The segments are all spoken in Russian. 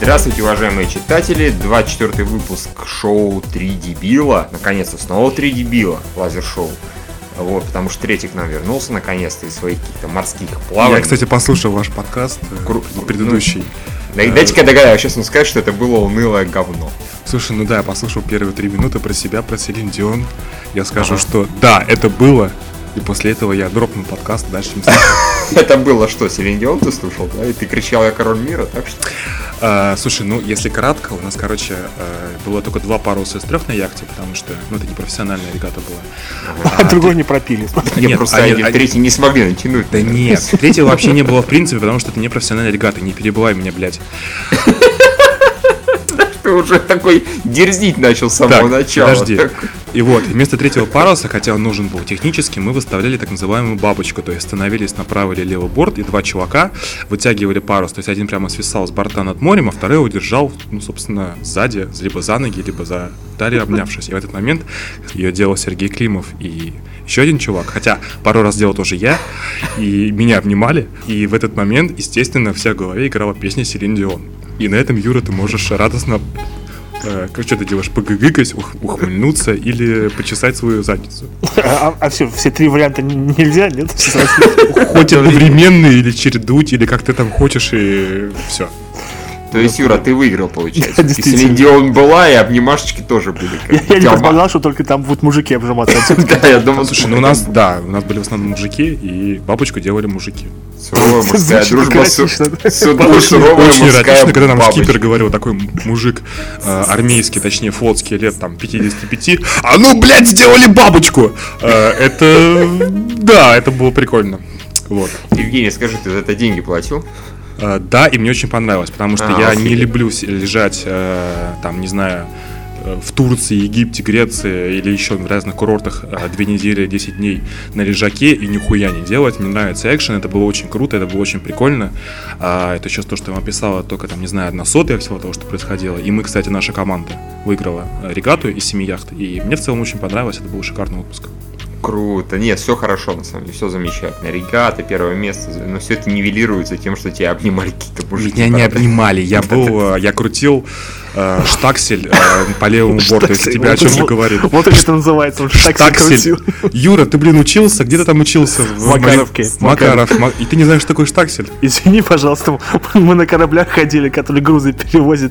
Здравствуйте, уважаемые читатели, 24-й выпуск шоу «Три дебила». Наконец-то снова «Три дебила», лазер-шоу. Вот, потому что третий к нам вернулся наконец-то из своих каких-то морских плаваний. Я, кстати, послушал ваш подкаст предыдущий. Дайте-ка догадаюсь, сейчас он скажет, что это было унылое говно. Слушай, ну да, я послушал первые 3 минуты про себя, про Селин Дион. Я скажу, что да, это было. И после этого я дропнул подкаст, дальше не слушал. Это было что, Селин Дион ты слушал, да? И ты кричал «Я король мира», так что? Слушай, ну если кратко, у нас, было только 2 паруса из 3 на яхте, потому что, это не профессиональная регата была. А другой не пропили. Нет, просто третий не смогли натянуть. Да нет, третьего вообще не было в принципе, потому что это не профессиональная регата, не перебивай меня, блядь. Ты уже такой дерзить начал с самого начала. Подожди. И вот, вместо 3-го паруса, хотя он нужен был технически, мы выставляли так называемую бабочку. То есть становились на правый или левый борт, и 2 чувака вытягивали парус. То есть один прямо свисал с борта над морем, а второй его держал, собственно, сзади, либо за ноги, либо за талию обнявшись. И в этот момент ее делал Сергей Климов и еще один чувак. Хотя пару раз делал тоже я, и меня обнимали. И в этот момент, естественно, в голове играла песня Селин Дион. И на этом, Юра, ты можешь радостно, что ты делаешь, погыгыкать, ухмыльнуться или почесать свою задницу. А все 3 варианта нельзя, нет? Хоть одновременно, или чередуть, или как ты там хочешь, и все. То есть, Юра, ты выиграл, получается. И Селин Дион была, и обнимашечки тоже были. Я не предполагал, что только там будут мужики обжиматься. Да, я думал, слушай, у нас были в основном мужики, и бабочку делали мужики. Суровая мужская дружба, суровая очень мужская эротично, когда нам скипер говорил, такой мужик армейский, точнее флотский, лет там 55. А ну, блядь, сделали бабочку! Это было прикольно. Вот. Евгений, скажи, ты за это деньги платил? Да, и мне очень понравилось, потому что я не люблю лежать, в Турции, Египте, Греции или еще в разных курортах 2 недели, 10 дней на лежаке и нихуя не делать. Мне нравится экшен, это было очень круто, это было очень прикольно. Это сейчас то, что я вам описала, только 1/100 всего того, что происходило. И мы, кстати, наша команда выиграла регату из 7 яхт, и мне в целом очень понравилось, это был шикарный отпуск. Круто. Нет, все хорошо, на самом деле, все замечательно. Регата, 1 место, но все это нивелируется тем, что тебя обнимали какие-то мужики. Меня не обнимали, я крутил штаксель по левому борту, если тебе о чем-то говорили. Вот как это называется, он штаксель. Юра, ты, учился? Где ты там учился? В Макаровке. Макаров. И ты не знаешь, что такое штаксель? Извини, пожалуйста, мы на кораблях ходили, которые грузы перевозят.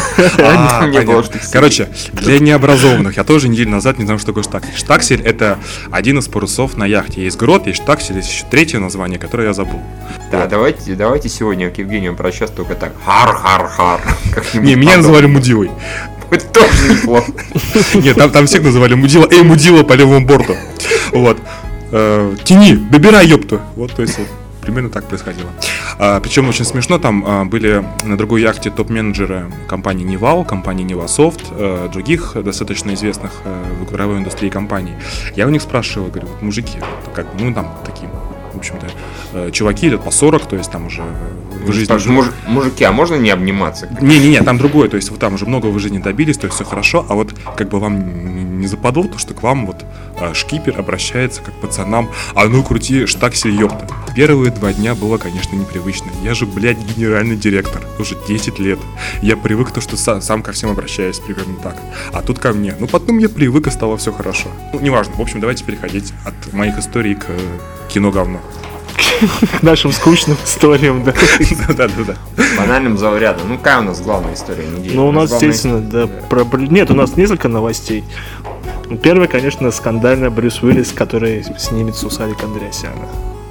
Короче, для необразованных, я тоже неделю назад не знал, что такое штаксель. Штаксель — это один из парусов на яхте. Есть грот, есть штаксель, есть еще 3-е название, которое я забыл. Да, давайте сегодня к Евгению обращаться только так. Хар-хар-хар. Не, меня называли Мудилой. Это тоже неплохо. Нет, там всех называли Мудила. Эй, Мудила по левому борту. Вот. Тяни, добирай, ёпту. Вот, то есть примерно так происходило. Причем очень смешно, там были на другой яхте топ-менеджеры компании Nival, компании Nivasоft, других достаточно известных в игровой индустрии компаний. Я у них спрашивал, говорю, вот мужики, такие, в общем-то, чуваки лет по 40, то есть там уже в жизни... Мужики, а можно не обниматься? Не, там другое, то есть вот там уже много в жизни добились, то есть все хорошо, а вот как бы вам не западло то, что к вам вот шкипер обращается как к пацанам, а ну крути штаксель, ёпта. Первые 2 дня было, конечно, непривычно. Я же, блядь, генеральный директор, уже 10 лет. Я привык то, что сам ко всем обращаюсь примерно так. А тут ко мне. Потом я привык, и стало все хорошо. Неважно, в общем, давайте переходить от моих историй к кино-говно. К нашим скучным историям, да. Да. Банальным заурядом. Какая у нас главная история недели? У нас, естественно, да. Нет, у нас несколько новостей. Первое, конечно, скандальная Брюс Уиллис, который снимет Сусарик Андреасяна.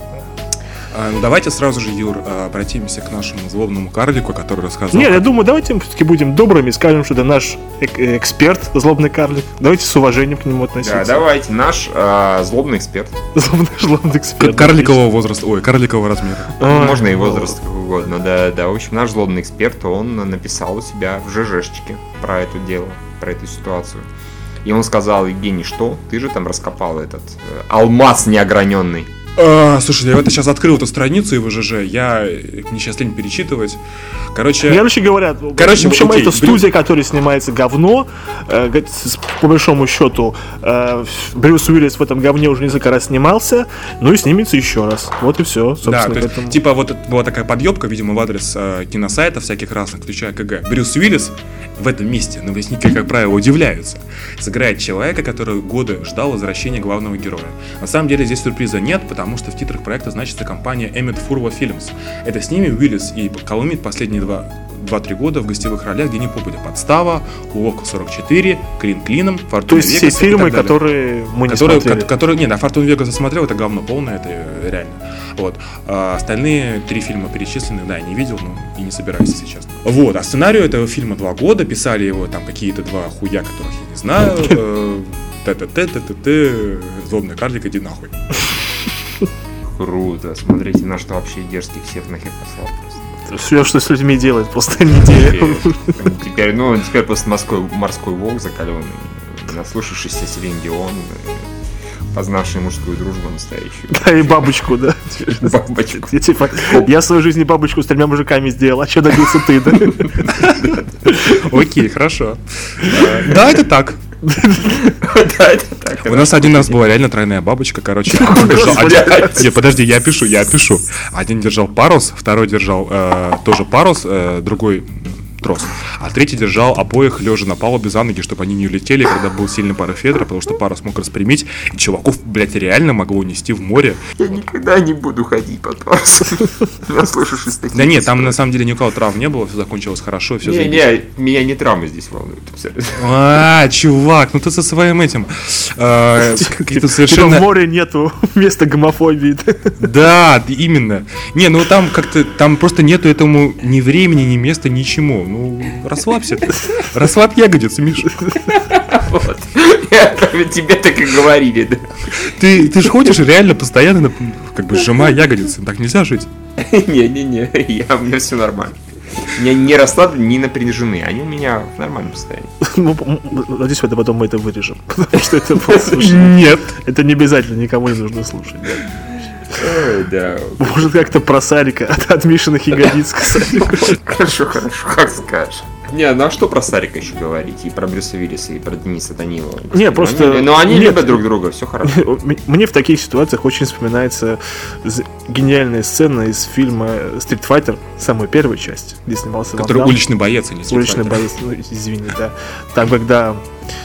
Давайте сразу же, Юр, обратимся к нашему злобному карлику, который рассказал... Нет, я думаю, давайте мы все-таки будем добрыми и скажем, что это наш эксперт, злобный карлик. Давайте с уважением к нему относиться. Да, давайте, наш злобный эксперт. Злобный эксперт. Карликового возраста, карликового размера. Можно и возраст как угодно, да. В общем, наш злобный эксперт, он написал у себя в ЖЖшечке про это дело, про эту ситуацию. И он сказал: Евгений, что? Ты же там раскопал этот алмаз неограненный. Слушай, я вот сейчас открыл эту страницу и в ЖЖ, мне сейчас лень перечитывать. Короче, говоря, в общем, это студия, которая снимается говно. По большому счету, Брюс Уиллис в этом говне уже несколько раз снимался, ну и снимется еще раз. Вот и все, собственно. Да, то есть, типа вот была такая подъебка, видимо, в адрес киносайтов всяких разных, включая КГ. Брюс Уиллис в этом месте, новостники, как правило, удивляются. Сыграет человека, который годы ждал возвращения главного героя. На самом деле здесь сюрприза нет, потому что в титрах проекта значится компания Эммет Фурва Films. Это с ними Уиллис и Колумит последние 2-3 года в гостевых ролях, где не попали. «Подстава», «Уловка 44», «Клин клином», «Фортуна Вегаса». То есть все фильмы, которые мы не смотрели. Нет, «Фортуну Вегаса» смотрел, это говно полное, это реально. Вот. А остальные 3 фильма перечислены, да, я не видел, но и не собираюсь, если честно. Вот, а сценарию этого фильма 2 года, писали его там какие-то 2 хуя, которых я не знаю. Злобный карлик, иди нахуй. Круто. Смотрите, на что вообще дерзких всех нахер послал просто. Все, что с людьми делает, просто неделю. Теперь просто морской волк закаленный, наслушавшийся Селин Дион, познавший мужскую дружбу настоящую. Да, и бабочку, да. Бабочку. Я в своей жизни бабочку с 3 мужиками сделал, а что добился ты, да? Окей, хорошо. Да, это так. У нас один раз была реально тройная бабочка, короче. Не, подожди, я пишу. Один держал парус, второй держал тоже парус, другой трос. А третий держал обоих лежа на палубе за ноги, чтобы они не улетели, когда был сильный порыв ветра, потому что парус мог распрямить, и чуваков, блядь, реально могло нести в море. Я никогда не буду ходить под парусом. Я слышу шестых. Да нет, там на самом деле ни у кого травм не было, все закончилось хорошо, все заебись. Не, меня не травмы здесь волнуют. Чувак, ну ты со своим этим какие-то совершенно... В море нету места гомофобии. Да, именно. Не, ну там как-то, там просто нету этому ни времени, ни места, ничему. Ну, расслабься ты. Расслабь ягодицы, Миша. Вот. Тебе так и говорили, да. Ты ж ходишь реально постоянно, как бы сжимая ягодицы. Так нельзя жить. Не-не-не, у меня все нормально. Меня не расслаблены, не напряжены. Они у меня в нормальном состоянии. Надеюсь, потом мы это вырежем. Потому что это нет. Это не обязательно, никому не нужно слушать. Да. Может, как-то про Сарика от Мишиных ягодиц к Сарику. Хорошо, как скажешь. Не, ну а что про Сарика еще говорить? И про Брюса Уиллиса, и про Дениса Данилова. Не, просто... Но они любят друг друга, все хорошо. Мне в таких ситуациях очень вспоминается гениальная сцена из фильма «Стрит Файтер», самая первая часть, где снимался Который уличный боец, а не Стрит Файтер. Уличный боец, извини, да. Там, когда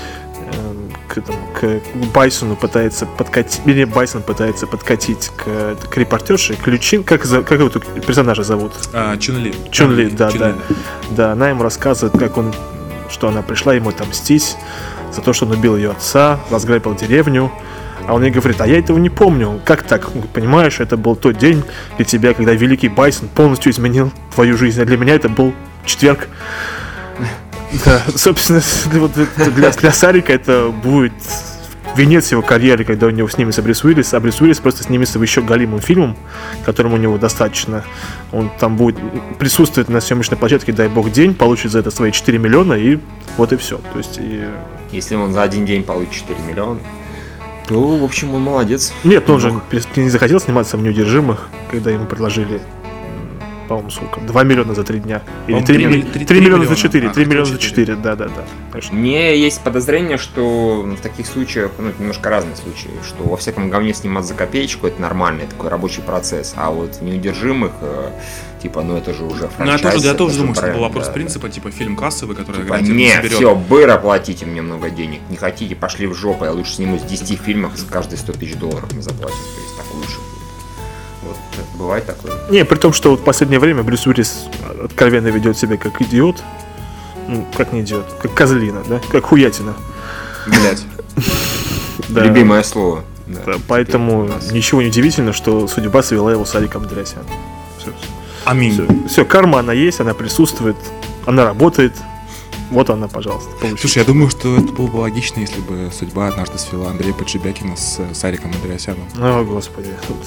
к Байсону пытается подкатить, или Байсон пытается подкатить к репортерше, к Лючин, как его персонажа зовут? Чун-Ли, да. Да, она ему рассказывает, что она пришла ему отомстить за то, что он убил ее отца, разграбил деревню. А он ей говорит: а я этого не помню. Как так? Понимаешь, это был тот день для тебя, когда великий Байсон полностью изменил твою жизнь, а для меня это был четверг. Да, собственно, для Сарика это будет венец его карьеры, когда у него снимется Брюс Уиллис, а Брюс Уиллис просто снимется в еще галимым фильмом, которым у него достаточно. Он там будет присутствовать на съемочной площадке, дай бог, день, получит за это свои 4 миллиона, и вот и все. То есть, если он за один день получит 4 миллиона, то, в общем, он молодец. Нет, он же не захотел сниматься в «Неудержимых», когда ему предложили, по-моему, сколько? 2 миллиона за 3 дня. Или 3 миллиона за 4. 3 миллиона за 4, да. Мне есть подозрение, что в таких случаях, немножко разные случаи, что во всяком говне сниматься за копеечку — это нормальный такой рабочий процесс, а вот «Неудержимых», это же уже франчайз. Я тоже думаю, что это был вопрос принципа, фильм кассовый, который не соберет. Все, быра, платите мне много денег. Не хотите, пошли в жопу, я лучше снимусь в 10 фильмах, за каждые $100 000 мне заплатят. То есть так лучше. Вот, бывает такое. Не, при том, что в последнее время Брюс Уиллис откровенно ведет себя как идиот. Как не идиот, как козлина, да? Как хуятина. Блять. Любимое слово. Да, поэтому ничего не удивительно, что судьба свела его с Сариком Андреасяном. Аминь. Все, карма, она есть, она присутствует, она работает. Вот она, пожалуйста. Слушай, я думаю, что это было бы логично, если бы судьба однажды свела Андрея Поджибякина с Сариком Андреасяном. О, господи.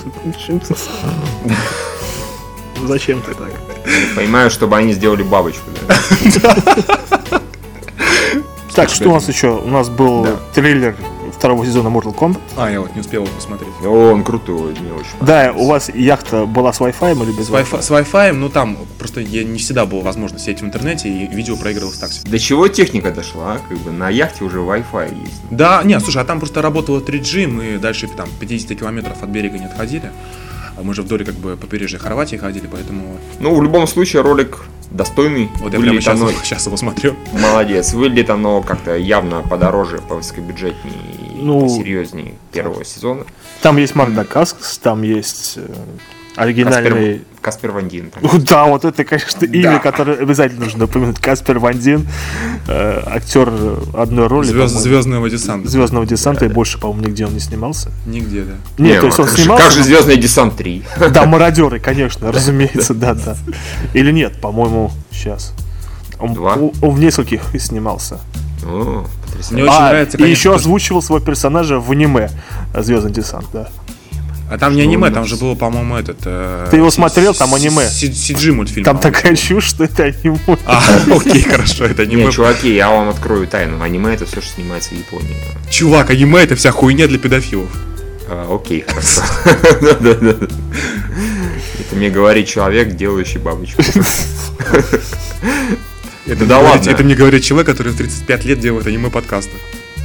Зачем ты так? Понимаю, чтобы они сделали бабочку. Так, что у нас еще? У нас был трейлер второго сезона Mortal Kombat. Я вот не успел его посмотреть. Он крутой, мне очень понравился. Да, у вас яхта была с Wi-Fi или без Wi-Fi? С Wi-Fi, ну там просто не всегда была возможность сидеть в интернете, и видео проигрывалось так себе. До чего техника дошла? Как бы на яхте уже Wi-Fi есть. Да, слушай, а там просто работало 3G, мы дальше там 50 километров от берега не отходили. Мы же вдоль как бы побережья Хорватии ходили, поэтому... Ну, в любом случае, ролик достойный. Вот я прямо сейчас его смотрю. Молодец. Выглядит оно как-то явно подороже, повысокобюджетнее и посерьезнее первого сезона. Там есть Марк Дакаскас, там есть оригинальный... Каспер Ван Дин. Да, вот это, конечно, имя, которое обязательно нужно упомянуть. Каспер Ван Дин, актер одной роли. Звездного десанта. Звездного десанта, и больше, по-моему, нигде он не снимался. Нигде, да. Нет, то есть он снимался. Как же Звездный десант 3? Да, Мародеры, конечно, разумеется, да. Или нет, по-моему, сейчас. Он в нескольких снимался. Потрясающе. Мне очень нравится, и еще озвучивал своего персонажа в аниме «Звездный десант», да. А там не аниме, там же было, по-моему, этот... Ты его смотрел, там аниме. CG мультфильм. Там такая чушь, что это аниме. Окей, хорошо, это аниме. Нет, чуваки, я вам открою тайну. Аниме — это все, что снимается в Японии. Чувак, аниме — это вся хуйня для педофилов. Окей, хорошо. Это мне говорит человек, делающий бабочку. Да ладно. Это мне говорит человек, который в 35 лет делает аниме-подкасты.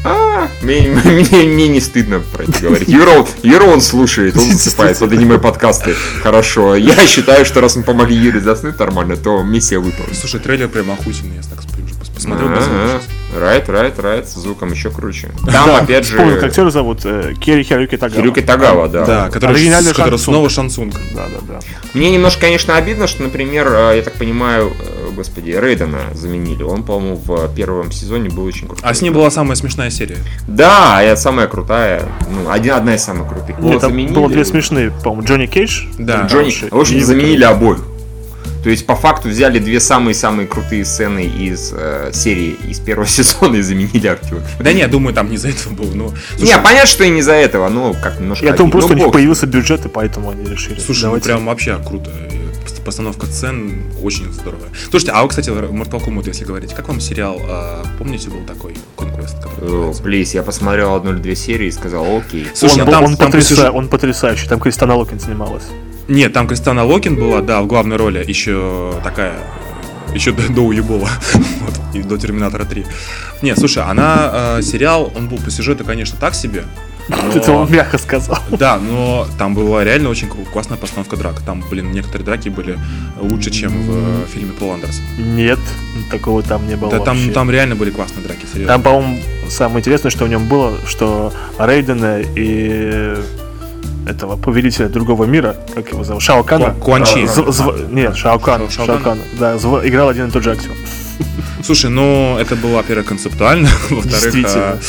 Мне не стыдно про это говорить. Юра он слушает, он засыпает под аниме-подкасты. Хорошо. Я считаю, что раз мы помогли Юре заснуть нормально, то миссия выполнена. Слушай, трейлер прям охуительный, я так посмотрел без звука. Райт, с звуком еще круче. Там, опять же... Вспомнил, как актера зовут Керри Хируюки Тагава. Хируюки Тагава, да. Да, который снова Шансунг. Да. Мне немножко, конечно, обидно, что, например, я так понимаю, Рейдена заменили. Он, по-моему, в первом сезоне был очень крутой. А с ним была самая смешная серия. Да, это самая крутая. Ну, одна из самых крутых. Нет, там было две смешные, по-моему, Джонни Кейдж. Да. В общем, заменили обоих. То есть, по факту, взяли две самые-самые крутые сцены из серии, из первого сезона и заменили актеров. Да не, я думаю, там не из-за этого было. Но... Не, понятно, что и не из-за этого, но как немножко... Я думаю, просто у них появился бюджет, и поэтому они решили. Слушай, ну прям вообще круто. Постановка сцен очень здоровая. Слушайте, а вы, кстати, Mortal Kombat, если говорить, как вам сериал, помните, был такой Conquest? Плиз, я посмотрел одну или две серии и сказал, окей. Слушай, он потрясающий, там Кристина Локен снималась. Нет, там Кристина Локен была, да, в главной роли, еще такая, еще до Уебова, вот, и до Терминатора 3. Нет, слушай, она, сериал, он был по сюжету, конечно, так себе. Это он мягко сказал. Да, но там была реально очень классная постановка драк. Там, некоторые драки были лучше, чем в фильме Пола Андерсона. Нет, такого там не было. Да, там реально были классные драки, серьезно. Там, по-моему, самое интересное, что в нем было, что Рейдена и этого повелителя другого мира, как его зовут, Шао Кана. Куан Чи. Нет, Шао Кана. Да, играл один и тот же актер. Слушай, ну это было, во-первых, концептуально, во-вторых,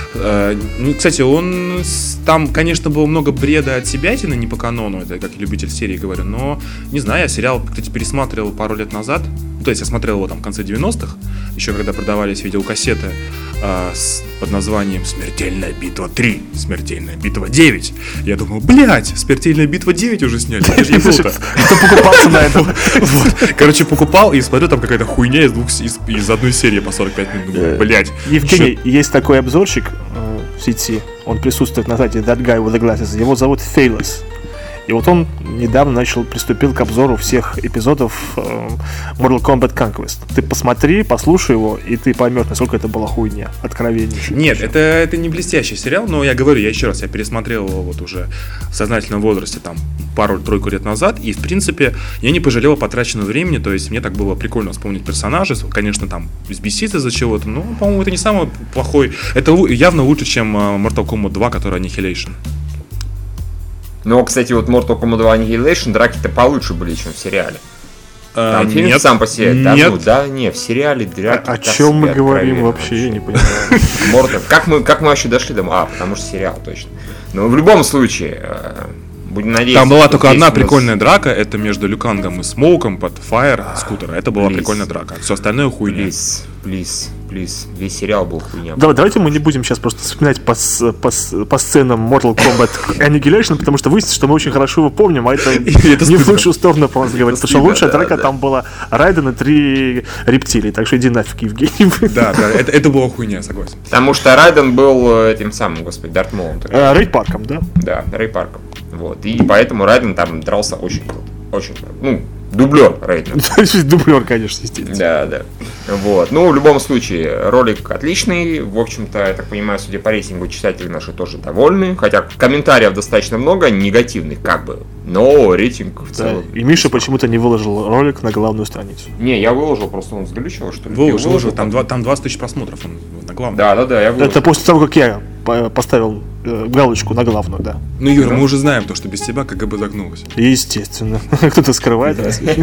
кстати, он там, конечно, было много бреда от себятины, не по канону, это как любитель серии говорю, но не знаю, я сериал, кстати, пересматривал пару лет назад, то есть я смотрел его там в конце 90-х, еще когда продавались видеокассеты под названием «Смертельная битва 3», «Смертельная битва 9». Я думал, блять, «Смертельная битва 9» уже сняли. Кто покупался на этом? Короче, покупал и смотрю, там какая-то хуйня из одной серии по 45 минут. Думаю, блять. Евгений, есть такой обзорщик в сети, он присутствует на сайте That Guy with the Glasses, его зовут Фейлес. И вот он недавно приступил к обзору всех эпизодов Mortal Kombat Conquest. Ты посмотри, послушай его, и ты поймешь, насколько это была хуйня. Откровеннейшая. Нет, это не блестящий сериал, но я говорю, я пересмотрел его вот уже в сознательном возрасте, там, пару-тройку лет назад, и, в принципе, я не пожалел о потраченном времени, то есть мне так было прикольно вспомнить персонажей, конечно, там, взбеситься из-за чего-то, но, по-моему, это не самый плохой, это явно лучше, чем Mortal Kombat 2, который Annihilation. Но, кстати, вот Mortal Kombat 2 Annihilation драки-то получше были, чем в сериале. Там фильм нет, сам по себе. Нет. В сериале драки. О чем мы говорим вообще, я не понимаю. Как мы вообще дошли до... потому что сериал, точно. Но в любом случае, будем надеяться... Там была только одна прикольная драка, это между Люкангом и Смоуком под Fire скутера. Это была прикольная драка. Все остальное хуйня. Плиз. плиз. Весь сериал был хуйня. Давайте мы не будем сейчас просто вспоминать по сценам Mortal Kombat Annihilation, потому что выяснится, что мы очень хорошо его помним, а это не в лучшую сторону, по-моему, говорить. Потому что лучшая драка там была Райден и 3 рептилии. Так что иди нафиг, Евгений. Да, это была хуйня, согласен. Потому что Райден был этим самым, господи, Дарт Молом. Рэй Парком, да? Да, Рэй Парком. Вот. И поэтому Райден там дрался очень круто. Очень круто. Ну, дублер Райдена. Дублер, конечно, естественно. Да. Вот. Ну, в любом случае, ролик отличный. В общем-то, я так понимаю, судя по рейтингу, читатели наши тоже довольны. Хотя комментариев достаточно много, негативных как бы. Но рейтинг в целом... И Миша почему-то не выложил ролик на главную страницу. Не, я выложил, просто он сглючил, что ли. Выложил. Там 20 тысяч просмотров он на главную. Да, я выложил. Это после того, как я поставил галочку на главную, да. Ну, Юра, мы уже знаем то, что без тебя КГБ загнулось. Естественно. Кто-то скрывает.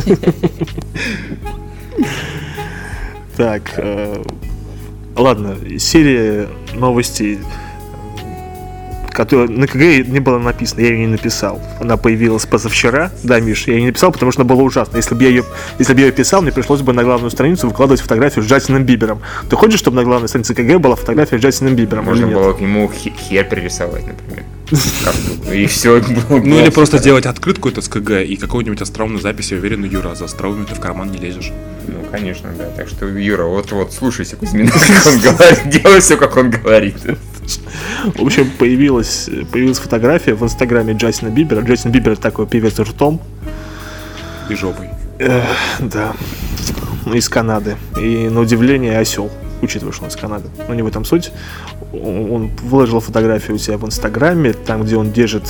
Так, ладно, серия новостей, которая на КГ не было написано, я ее не написал. Она появилась позавчера. Да, Миш, я ее не написал, потому что она была ужасна. Если бы я ее писал, мне пришлось бы на главную страницу выкладывать фотографию с Джастином Бибером. Ты хочешь, чтобы на главной странице КГ была фотография с Джастином Бибером? Можно было к нему хер пририсовать, например. И все. Ну или просто сделать открытку это с КГ и какую-нибудь остроумную запись, я уверен, Юра, за остроумие ты в карман не лезешь. Ну, конечно, да. Так что, Юра, вот слушайся Кузьмина, как он говорит, делай все, как он говорит. В общем, появилась фотография в инстаграме Джастина Бибера. Джастин Бибер такой певец ртом. И жопой. Да. Из Канады. И на удивление осел, учитывая, что он из Канады. Но не в этом суть. Он выложил фотографию у себя в инстаграме, там, где он держит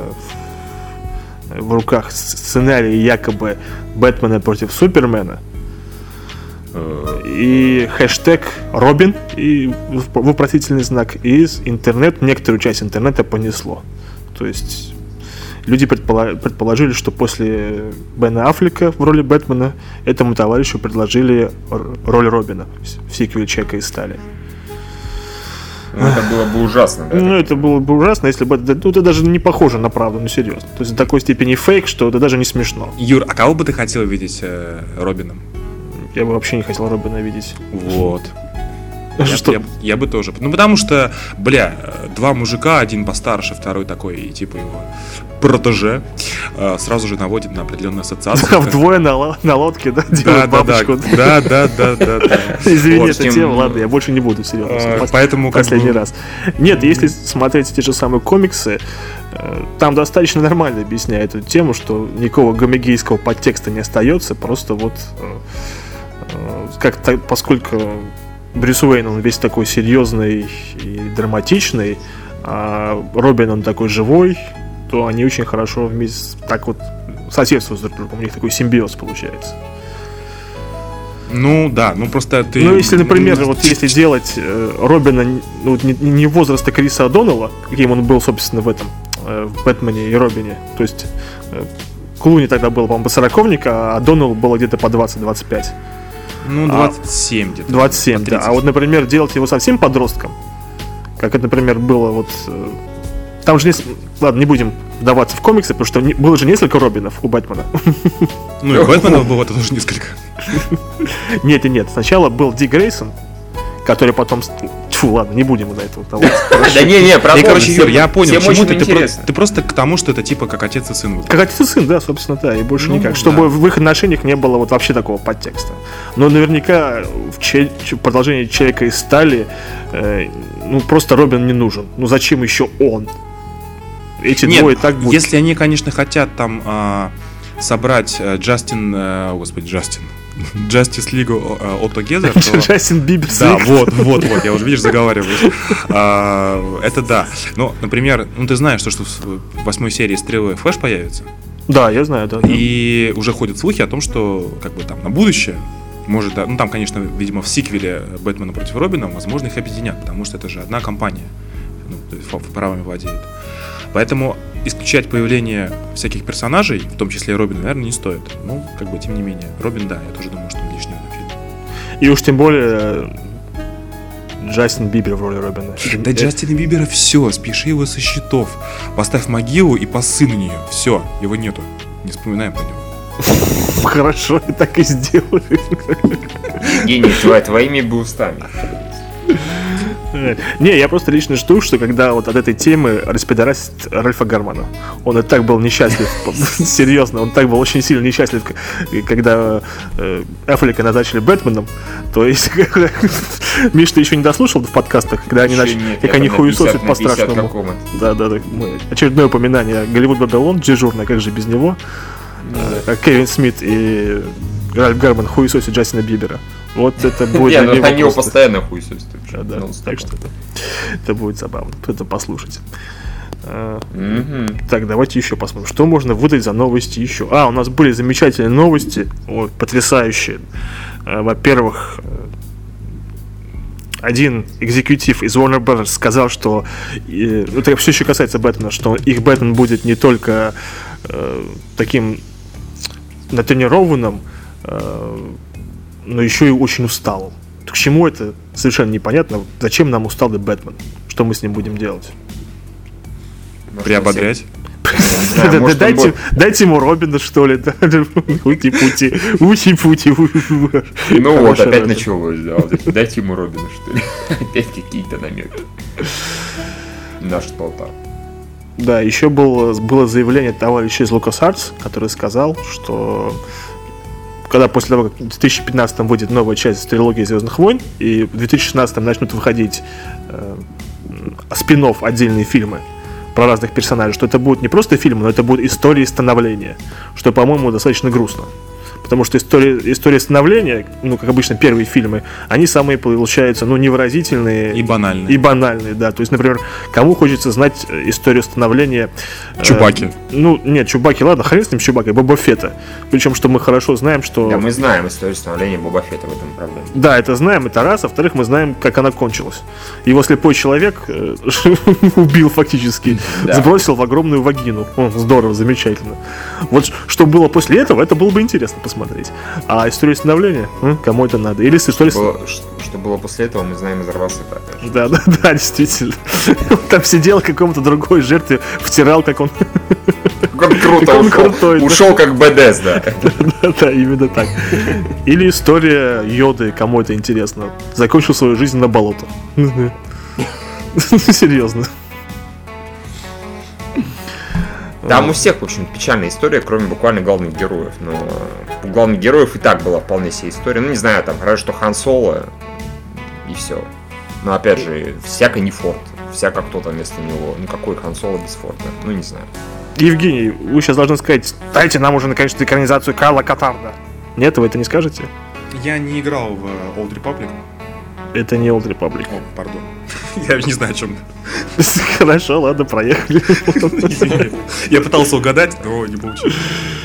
в руках сценарий якобы Бэтмена против Супермена. И хэштег Робин и вопросительный знак. И некоторую часть интернета понесло. То есть люди предположили, что после Бена Аффлека в роли Бэтмена этому товарищу предложили роль Робина в сиквеле Человека из стали. Ну, это было бы ужасно, да? Ну, это было бы ужасно, если бы... Ну, это даже не похоже на правду, ну, серьезно. То есть, до такой степени фейк, что это даже не смешно. Юр, а кого бы ты хотел видеть Робином? Я бы вообще не хотел Робина видеть. Вот. Я бы тоже. Ну, потому что, два мужика, один постарше, второй такой, типа его протеже, сразу же наводит на определенную ассоциацию. Вдвое на лодке, да, делают бабочку. Да. Извини, это тема, ладно, я больше не буду, серьезно. Поэтому последний раз. Нет, если смотреть те же самые комиксы, там достаточно нормально объясняют эту тему, что никакого гомогейского подтекста не остается, просто вот как-то, поскольку Брюс Уэйн, он весь такой серьезный и драматичный, а Робин, он такой живой, то они очень хорошо вместе так вот соседствуют друг с другом. У них такой симбиоз получается. Ну да, ну просто ты... Ну если, например, если делать Робина не возраста Криса О'Доннелла, каким он был, собственно, в Бэтмене и Робине, то есть Клуни тогда был, по-моему, по 40-ник, а О'Доннелл было где-то по 20-25. Ну, 27 где-то. 27, да. А вот, например, делать его совсем подростком, как это, например, было вот... Там же ладно, не будем вдаваться в комиксы, потому что было же несколько Робинов у Бэтмена. Ну и Бэтменов было тоже несколько. Нет. Сначала был Дик Грейсон, который потом... Ладно, не будем на это вдаваться. Да не, правда. Короче, Юр, я понял, почему ты просто к тому, что это типа как отец и сын. Как отец и сын, да, собственно, да, и больше никак. Чтобы в их отношениях не было вот вообще такого подтекста. Но наверняка в продолжении Человека из стали просто Робин не нужен. Ну зачем еще он? Эти двое так будут. Если они, конечно, хотят там собрать Justice League All Together, Джастин Бибер. Да, вот, я уже, видишь, заговариваюсь. Это да. Ну, например, ты знаешь, что в 8 серии Стрелы Флэш появится? Да, я знаю, да. И уже ходят слухи о том, что как бы там на будущее может, ну там, конечно, видимо, в сиквеле Бэтмена против Робина, возможно, их объединят, потому что это же одна компания, правами владеет. Поэтому исключать появление всяких персонажей, в том числе и Робина, наверное, не стоит. Ну, как бы, тем не менее. Робин, да, я тоже думаю, что он лишний в этом фильме. И уж тем более Джастин Бибер в роли Робина. Да Джастина Бибера все, спиши его со счетов. Поставь могилу и поссы на нее. Все, его нету. Не вспоминаем про него. Хорошо, так и сделали. Евгений, твоими бы устами. Не, я просто лично жду, что когда вот от этой темы распидорасит Ральфа Гармана. Он и так был несчастлив, серьезно, он так был очень сильно несчастлив, когда Аффлека назначили Бэтменом. То есть, Миш, ты еще не дослушал в подкастах, когда они начали, как они хуесосят по-страшному. Да, очередное упоминание. Голливуд Бабилон, дежурно, как же без него. Кевин Смит и Ральф Гарман хуесосят Джастина Бибера. Вот это будет. Нет, ну они его постоянно хуесосят. Да, так что это будет забавно. Это послушать. Так, давайте еще посмотрим, что можно выдать за новости еще. У нас были замечательные новости, потрясающие. Во-первых, один экзекутив из Warner Bros. Сказал, что это все еще касается Бэтмена, что их Бэтмен будет не только таким натренированным, но еще и очень усталым. К чему это совершенно непонятно. Зачем нам усталый Бэтмен? Что мы с ним будем делать? Приободрять? Дайте ему Робина, что ли. Ути-пути. Ну вот, опять началось. Дайте ему Робина, что ли. Опять какие-то намеки на что-то. Да, еще было заявление товарища из LucasArts, который сказал, что когда после того, как в 2015 выйдет новая часть трилогии «Звездных войн», и в 2016 начнут выходить спин-офф, отдельные фильмы про разных персонажей, что это будут не просто фильмы, но это будут истории становления, что, по-моему, достаточно грустно. Потому что история становления, как обычно первые фильмы, они самые, получаются, невыразительные. И банальные. И банальные, да. То есть, например, кому хочется знать историю становления... Чубаки. Нет, Чубаки, ладно, хрен с ним Чубаки, Боба Фетта. Причем, что мы хорошо знаем, что... Да, мы знаем историю становления Боба Фетта, в этом проблема. Да, это знаем, это раз. А во-вторых, мы знаем, как она кончилась. Его слепой человек убил фактически, сбросил в огромную вагину. Здорово, замечательно. Вот что было после этого, это было бы интересно посмотреть. А историю становления? Кому это надо? Или история... Что было после этого, мы знаем из Арвасыта. Да, действительно. Он там сидел какому-то другой жертве, втирал, как он... Как он круто ушел. Крутой, ушел как БДС, да. Да, именно так. Или история Йоды, кому это интересно. Закончил свою жизнь на болото. Серьезно. Там у всех, в общем, печальная история, кроме буквально главных героев. Но у главных героев и так была вполне себе история. Не знаю, там, хорошо, что Хан Соло и все. Но опять же, всяко не Форд. Всяко кто-то вместо него. Какой Хан Соло без Форда? Не знаю. Евгений, вы сейчас должны сказать, дайте нам уже наконец-то экранизацию Карла Катарда. Нет, вы это не скажете? Я не играл в Old Republic. Это не Old Republic. О, пардон. Я не знаю, о чем. Хорошо, ладно, проехали. Я пытался угадать, но не получилось.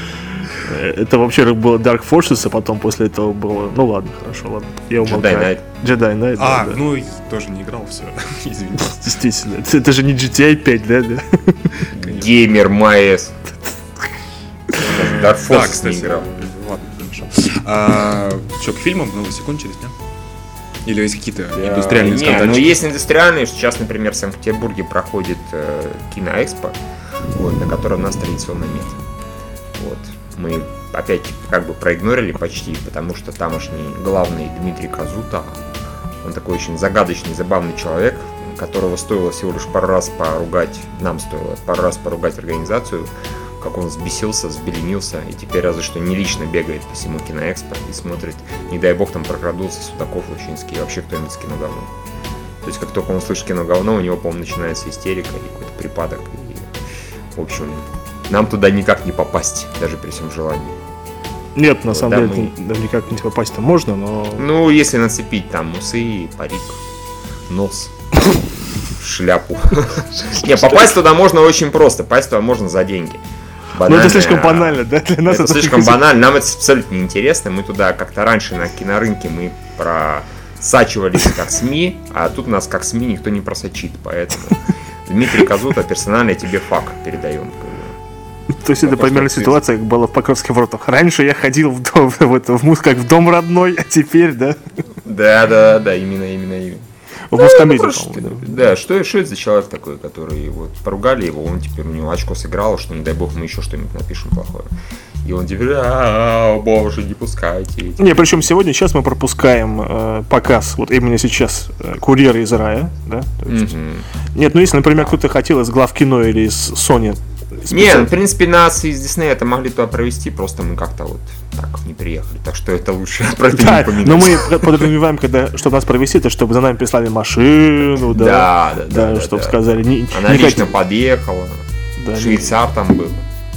Это вообще было Dark Forces, а потом после этого было... ладно, хорошо, ладно. Я умолкаю. Jedi Knight. Тоже не играл, все. Извините. Действительно. Это же не GTA 5, да? Геймер Майес. Dark Forces не играл. Ладно, хорошо. Что, к фильмам? Секунд через, нет? Или есть какие-то индустриальные скандальчики? Есть индустриальные. Сейчас, например, в Санкт-Петербурге проходит киноэкспо, на котором нас традиционно нет. Мы опять проигнорили почти, потому что тамошний главный Дмитрий Казута, он такой очень загадочный, забавный человек, которого стоило всего лишь нам стоило пару раз поругать организацию, как он взбесился, взбеленился, и теперь разве что не лично бегает по всему киноэкспо и смотрит, не дай бог там прокрадутся Судаков, Лучинский и вообще кто-нибудь с кино говно. То есть как только он слышит кино говно, у него, по-моему, начинается истерика и какой-то припадок. И, в общем, нам туда никак не попасть, даже при всем желании. Нет, на самом деле, никак не попасть-то можно, но... если нацепить там усы, парик, нос, шляпу. Не, попасть туда можно очень просто, попасть туда можно за деньги. Это слишком банально, да? Для нас это слишком банально, нам это абсолютно неинтересно. Мы туда как-то раньше на кинорынке мы просачивались как СМИ, а тут нас как СМИ никто не просочит, поэтому Дмитрий Казута, персонально тебе факт передаем. То есть это примерно ситуация, как была в Покровских воротах. Раньше я ходил в дом, как в дом родной, а теперь, да? Да, именно. В Мускомедии, по-моему. Да, что это за человек такой, который поругали его, он теперь у него очко сыграло, что не дай бог мы еще что-нибудь напишем плохое. И он теперь, боже, не пускайте. Не, причем сейчас мы пропускаем показ, вот именно сейчас, «Курьера из рая», да? Есть... Нет, ну если, например, кто-то хотел из глав кино или из Sony. Нет, в принципе, нас из Disney это могли туда провести, просто мы как-то вот так не приехали, так что это лучше про это не упоминать. Но мы подразумеваем, чтобы нас провести, это чтобы за нами прислали машину, да, чтобы сказали... Она лично подъехала, швейцар там был.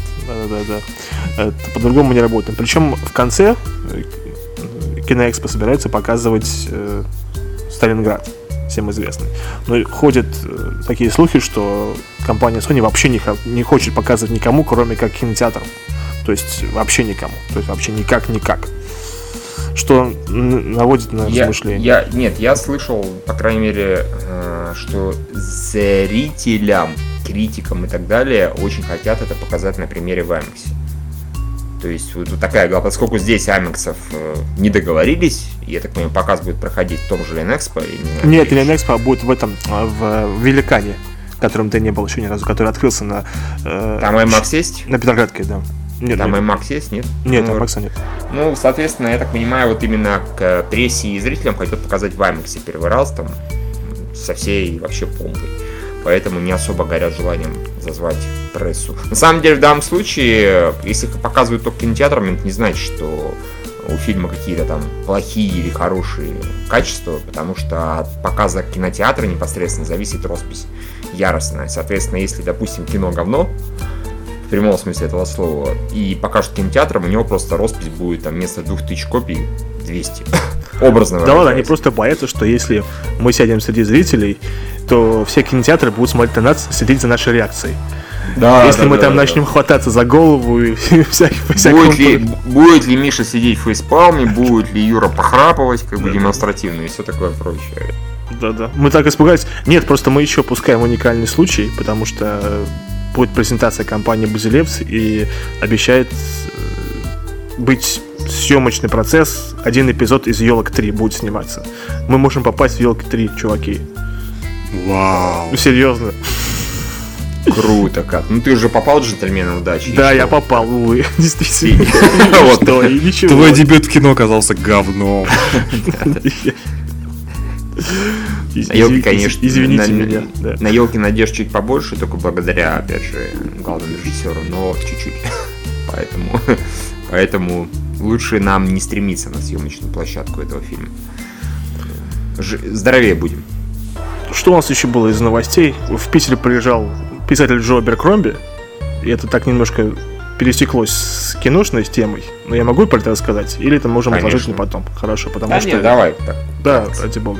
Да. Это по-другому не работает. Причем в конце Киноэкспо собирается показывать Сталинград, всем известный. Но ходят такие слухи, что компания Sony вообще не хочет показывать никому, кроме как кинотеатрам. То есть вообще никому. То есть вообще никак. Что наводит на размышления. Я слышал, по крайней мере, что зрителям, критикам и так далее очень хотят это показать на примере в IMAX. То есть вот такая, поскольку здесь IMAX не договорились, я так понимаю, показ будет проходить в том же Ленэкспо. Нет, Ленэкспо будет в Великане, которым ты не был еще ни разу, который открылся на... Там IMAX есть? На Петроградке, да. Нет, там IMAX есть, нет? Нет, там IMAX нет. Ну, соответственно, я так понимаю, вот именно к прессе и зрителям хотят показать в IMAX первый раз, там, со всей вообще помпой. Поэтому не особо горят желанием зазвать прессу. На самом деле, в данном случае, если их показывают только кинотеатрами, это не значит, что у фильма какие-то там плохие или хорошие качества, потому что от показа кинотеатра непосредственно зависит роспись яростная. Соответственно, если, допустим, кино говно, в прямом смысле этого слова, и покажут кинотеатрам, у него просто роспись будет там вместо 2000 копий 200. Образно. Да ладно, они просто боятся, что если мы сядем среди зрителей, то все кинотеатры будут смотреть на нас, следить за нашей реакцией. Да, если мы там начнем хвататься за голову и будет ли Миша сидеть в фейспалме, будет ли Юра похрапывать, как бы демонстративно и все такое прочее. Да. Мы так испугались. Нет, просто мы еще пускаем уникальный случай, потому что будет презентация компании Базилевс и обещает быть съемочный процесс. Один эпизод из «Елок 3» будет сниматься. Мы можем попасть в «Елки 3», чуваки. Вау. Ну, серьезно. Круто как. Ну ты же попал в «Джентльмены удачи». Да, я попал, увы. Действительно. Твой дебют в кино оказался говном. На елке, конечно, извините меня. На елке надежд чуть побольше, только благодаря, опять же, главному режиссеру, но чуть-чуть. Поэтому лучше нам не стремиться на съемочную площадку этого фильма. Здоровее будем. Что у нас еще было из новостей? В Питере приезжал писатель Джо Аберкромби, и это так немножко пересеклось с киношной темой. Но я могу про это рассказать? Или это можем отложить на потом? Хорошо, потому что... Нет, давай. Да, ради бога.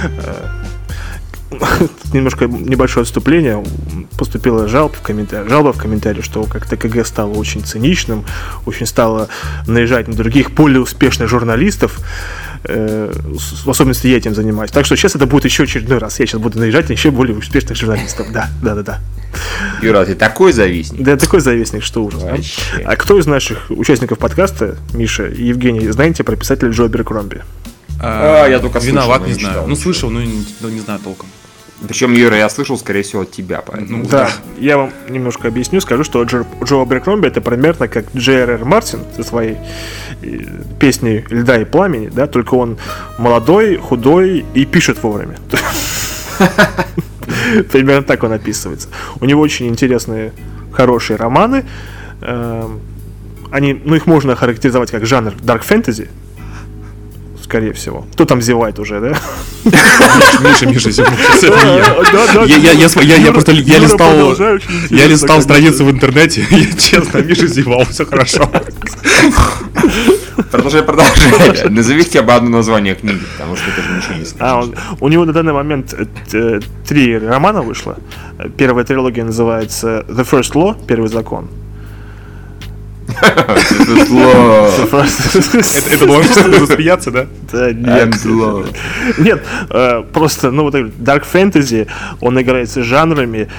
Немножко небольшое отступление. Поступила жалоба в комментарии, что как ТКГ стало очень циничным, очень стало наезжать на других более успешных журналистов. В особенности я этим занимаюсь. Так что сейчас это будет еще очередной раз. Я сейчас буду наезжать на еще более успешных журналистов. Да. Юра, ты такой завистник? Да, такой завистник, что ужас. А кто из наших участников подкаста, Миша и Евгений, знаете про писателя Джо Аберкромби? Я только слышал. Виноват, не знаю. Ну, слышал, но не знаю толком. Причем, Юра, я слышал, скорее всего, от тебя. Поэтому... Да, я вам немножко объясню. Скажу, что Джо Аберкромби — это примерно как Джей.Р.Р. Мартин со своей песней «Льда и пламени», да, только он молодой, худой и пишет вовремя. Примерно так он описывается. У него очень интересные, хорошие романы. Их можно охарактеризовать как жанр дарк фэнтези, скорее всего. Кто там зевает уже, да? Миша зевнул. Я просто листал страницы в интернете. Честно, Миша зевал, все хорошо. Продолжай. Назови хотя бы одно название книги, потому что это же ничего не скажешь. У него на данный момент 3 романа вышло. Первая трилогия называется The First Law, первый закон. Это было чтобы засмеяться, да? Да, нет, просто, вот Dark Fantasy, он играет с жанрами,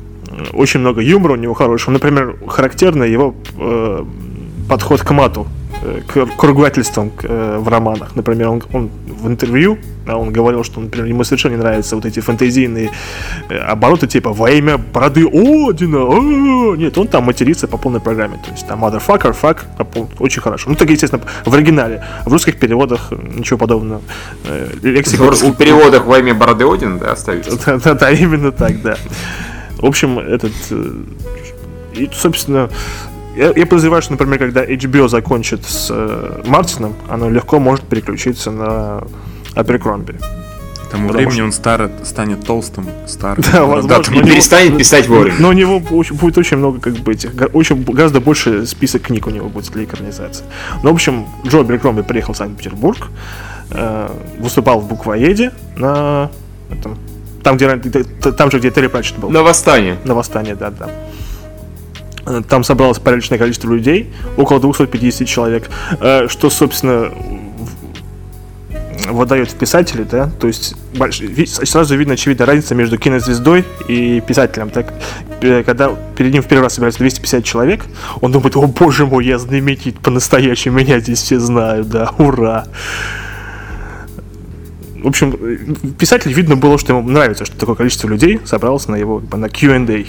очень много юмора у него хорошего. Например, характерный его подход к мату. к ругательствам в романах. Например, он в интервью, он говорил, что, например, ему совершенно не нравятся вот эти фэнтезийные обороты, типа «во имя бороды Одина». Нет, он там матерится по полной программе. То есть там motherfucker, fuck, очень хорошо. Ну, так, естественно, в оригинале. В русских переводах ничего подобного. Лексика... В русских переводах «во имя бороды Одина», да, остаются? Да, именно так, да. В общем, и, собственно, я подозреваю, что, например, когда HBO закончит с Мартином, оно легко может переключиться на Аберкромби. К тому времени он станет толстым, старым. Да, возможно. И перестанет писать вовремя. Но у него будет очень много, гораздо больше список книг у него будет для экранизации. Ну, в общем, Джо Аберкромби приехал в Санкт-Петербург, выступал в буквоеде на там же, где Терри Пратчетт был. На восстание. На восстание, да. Там собралось приличное количество людей, около 250 человек, что, собственно, выдает в писателей, да, то есть сразу видно очевидная разница между кинозвездой и писателем. Так, когда перед ним в первый раз собирается 250 человек, он думает: о боже мой, я знаменит по-настоящему, меня здесь все знают, да, ура. В общем, писателю видно было, что ему нравится, что такое количество людей собралось на его на Q&A.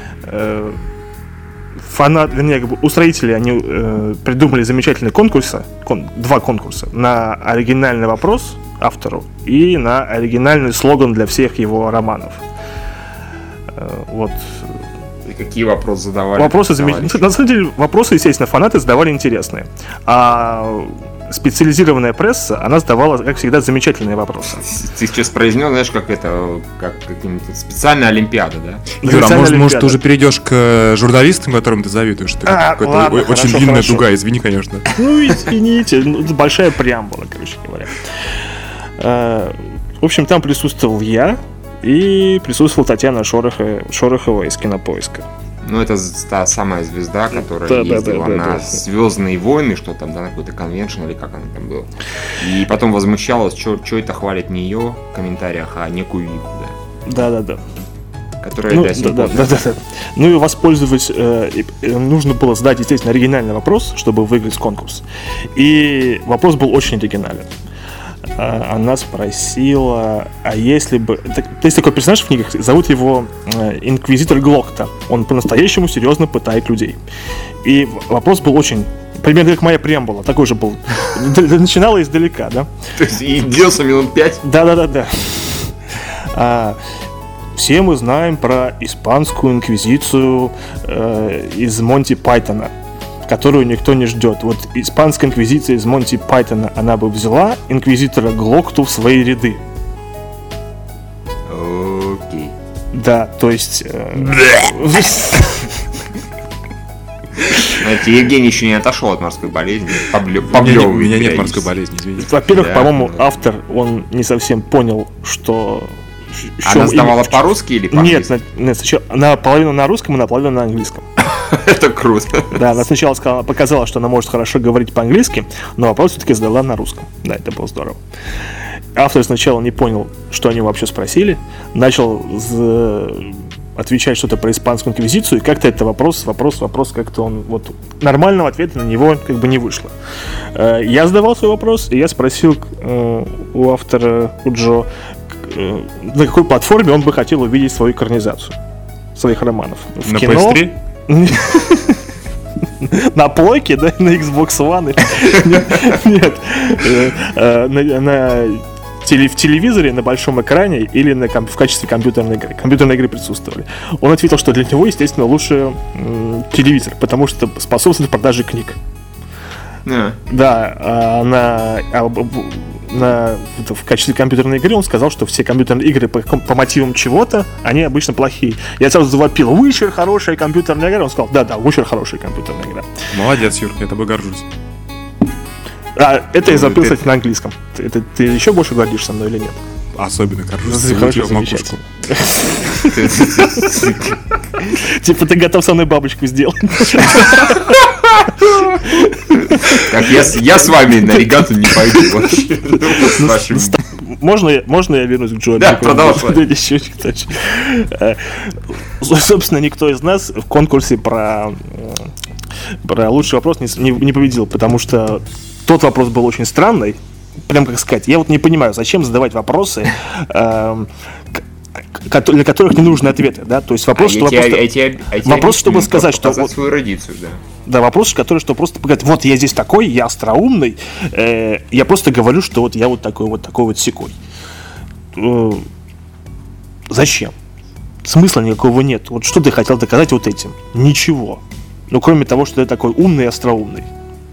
Устроители, они придумали замечательные конкурсы, два конкурса, на оригинальный вопрос автору и на оригинальный слоган для всех его романов. Вот. И какие вопросы задавали? Вопросы замечательные. На самом деле, вопросы, естественно, фанаты задавали интересные. А специализированная пресса, она задавала, как всегда, замечательные вопросы. Ты сейчас произнес, знаешь, как какая-нибудь специальная олимпиада, да? Юра, может, ты уже перейдешь к журналистам, которым ты завидуешь? Ладно, очень длинная дуга, извини, конечно. Ну, извините, это большая преамбула, короче говоря. В общем, там присутствовал я и присутствовала Татьяна Шорохова из Кинопоиска. Ну, это та самая звезда, которая ездила на «Звездные войны», что там, да, на какой-то конвеншн или как она там была. И потом возмущалась, что это хвалит не ее в комментариях, а некую Вику, да. Да. Которая до сих пор. Да. Ну и воспользоваться, нужно было задать, естественно, оригинальный вопрос, чтобы выиграть конкурс. И вопрос был очень оригинален. Она спросила, а если бы... Есть такой персонаж в книгах, зовут его Инквизитор Глокта. Он по-настоящему серьезно пытает людей. И вопрос был очень... Примерно как моя преамбула, такой же был. Начинала издалека, да? То есть и длился минут 5? Да. Все мы знаем про испанскую инквизицию из Монти Пайтона, которую никто не ждет. Вот испанская инквизиция из Монти Пайтона, она бы взяла инквизитора Глокту в свои ряды. Окей. Да, то есть... Евгений еще не отошел от морской болезни. У меня нет морской болезни, извините. Во-первых, по-моему, автор, он не совсем понял, что... Она сдавала по-русски или по-английски? Нет, сначала наполовину на русском и наполовину на английском. Это круто. Да, она сначала показала, что она может хорошо говорить по-английски, но вопрос все-таки задала на русском. Да, это было здорово. Автор сначала не понял, что они вообще спросили, начал отвечать что-то про испанскую инквизицию, и как-то это вопрос, как-то он вот нормального ответа на него как бы не вышло. Я задавал свой вопрос, и я спросил у автора, у Джо, на какой платформе он бы хотел увидеть свою экранизацию своих романов. На PS3? На плойке, да? На Xbox One? Нет. В телевизоре, на большом экране или в качестве компьютерной игры. Компьютерные игры присутствовали. Он ответил, что для него, естественно, лучше телевизор, потому что способствует продаже книг. Да, в качестве компьютерной игры он сказал, что все компьютерные игры по мотивам чего-то, они обычно плохие. Я сразу завопил: Witcher хорошая компьютерная игра. Он сказал: да, Witcher хорошая компьютерная игра. Молодец, Юр, я тобой горжусь. Это я запил, кстати, на английском. Ты еще больше гордишься со мной или нет? Особенно горжусь. Хорошо, замечательно. Типа ты готов со мной бабочку сделать? Так, я с вами на регату не пойду вообще. Можно я вернусь к Джо? Да, продолжай. Собственно, никто из нас в конкурсе про про лучший вопрос не победил, потому что тот вопрос был очень странный. Прям как сказать, я вот не понимаю, зачем задавать вопросы, для которых не нужны ответы, да, то есть вопрос, чтобы сказать, что вот, свою эрудицию, да. Да, вопрос, который, что просто показать, вот я здесь такой, я остроумный, я просто говорю, что вот я вот такой секой. Зачем? Смысла никакого нет. Вот что ты хотел доказать вот этим? Ничего. Ну, кроме того, что ты такой умный и остроумный.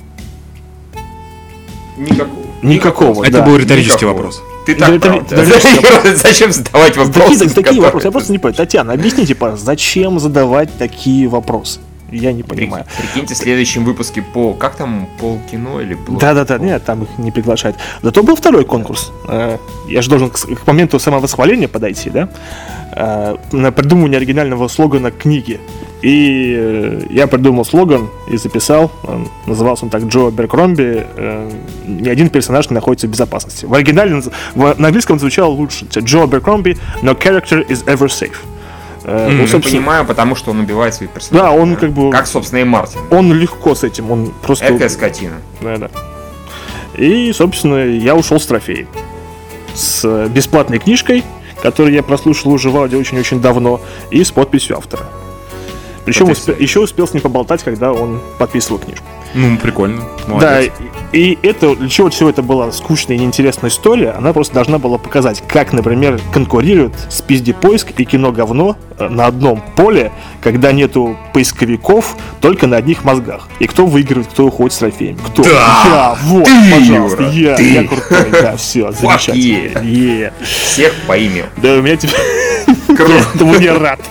Никакого. Это был риторический вопрос. Ты так прав. Зачем задавать вопросы? Такие вопросы. Я просто не понимаю. Татьяна, объясните, пожалуйста, зачем задавать такие вопросы? Я не понимаю. Прикиньте, в следующем выпуске как там, полкино или полу? Да, нет, там их не приглашают. Зато был второй конкурс. Я же должен к моменту самовосхваления подойти, да? На придумывание оригинального слогана книги. И я придумал слоган и записал. Назывался он так: Джо Аберкромби. Ни один персонаж не находится в безопасности. В оригинале на английском звучало лучше. Джо Аберкромби, no character is ever safe. Я понимаю, потому что он убивает своих персонажей. Да, он как бы... Как, собственно, и Мартин. Он легко с этим, он просто... Экая скотина. Да. И, собственно, я ушел с трофеем. С бесплатной книжкой, которую я прослушал уже в аудио очень-очень давно, и с подписью автора. Причем еще успел с ним поболтать, когда он подписывал книжку. Ну, прикольно. Молодец. Да, и это, для чего все это была скучная и неинтересная история, она просто должна была показать, как, например, конкурируют «Спизди-поиск» и «Кино говно» на одном поле, когда нету поисковиков, только на одних мозгах. И кто выигрывает, кто уходит с трофеем. Кто? Да! Я! Вот, ты, пожалуйста, Юра, я крутой, да, все, замечательно. Всех поимел. Да, у меня теперь... Я этому не рад.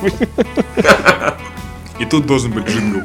И тут должен быть джингл.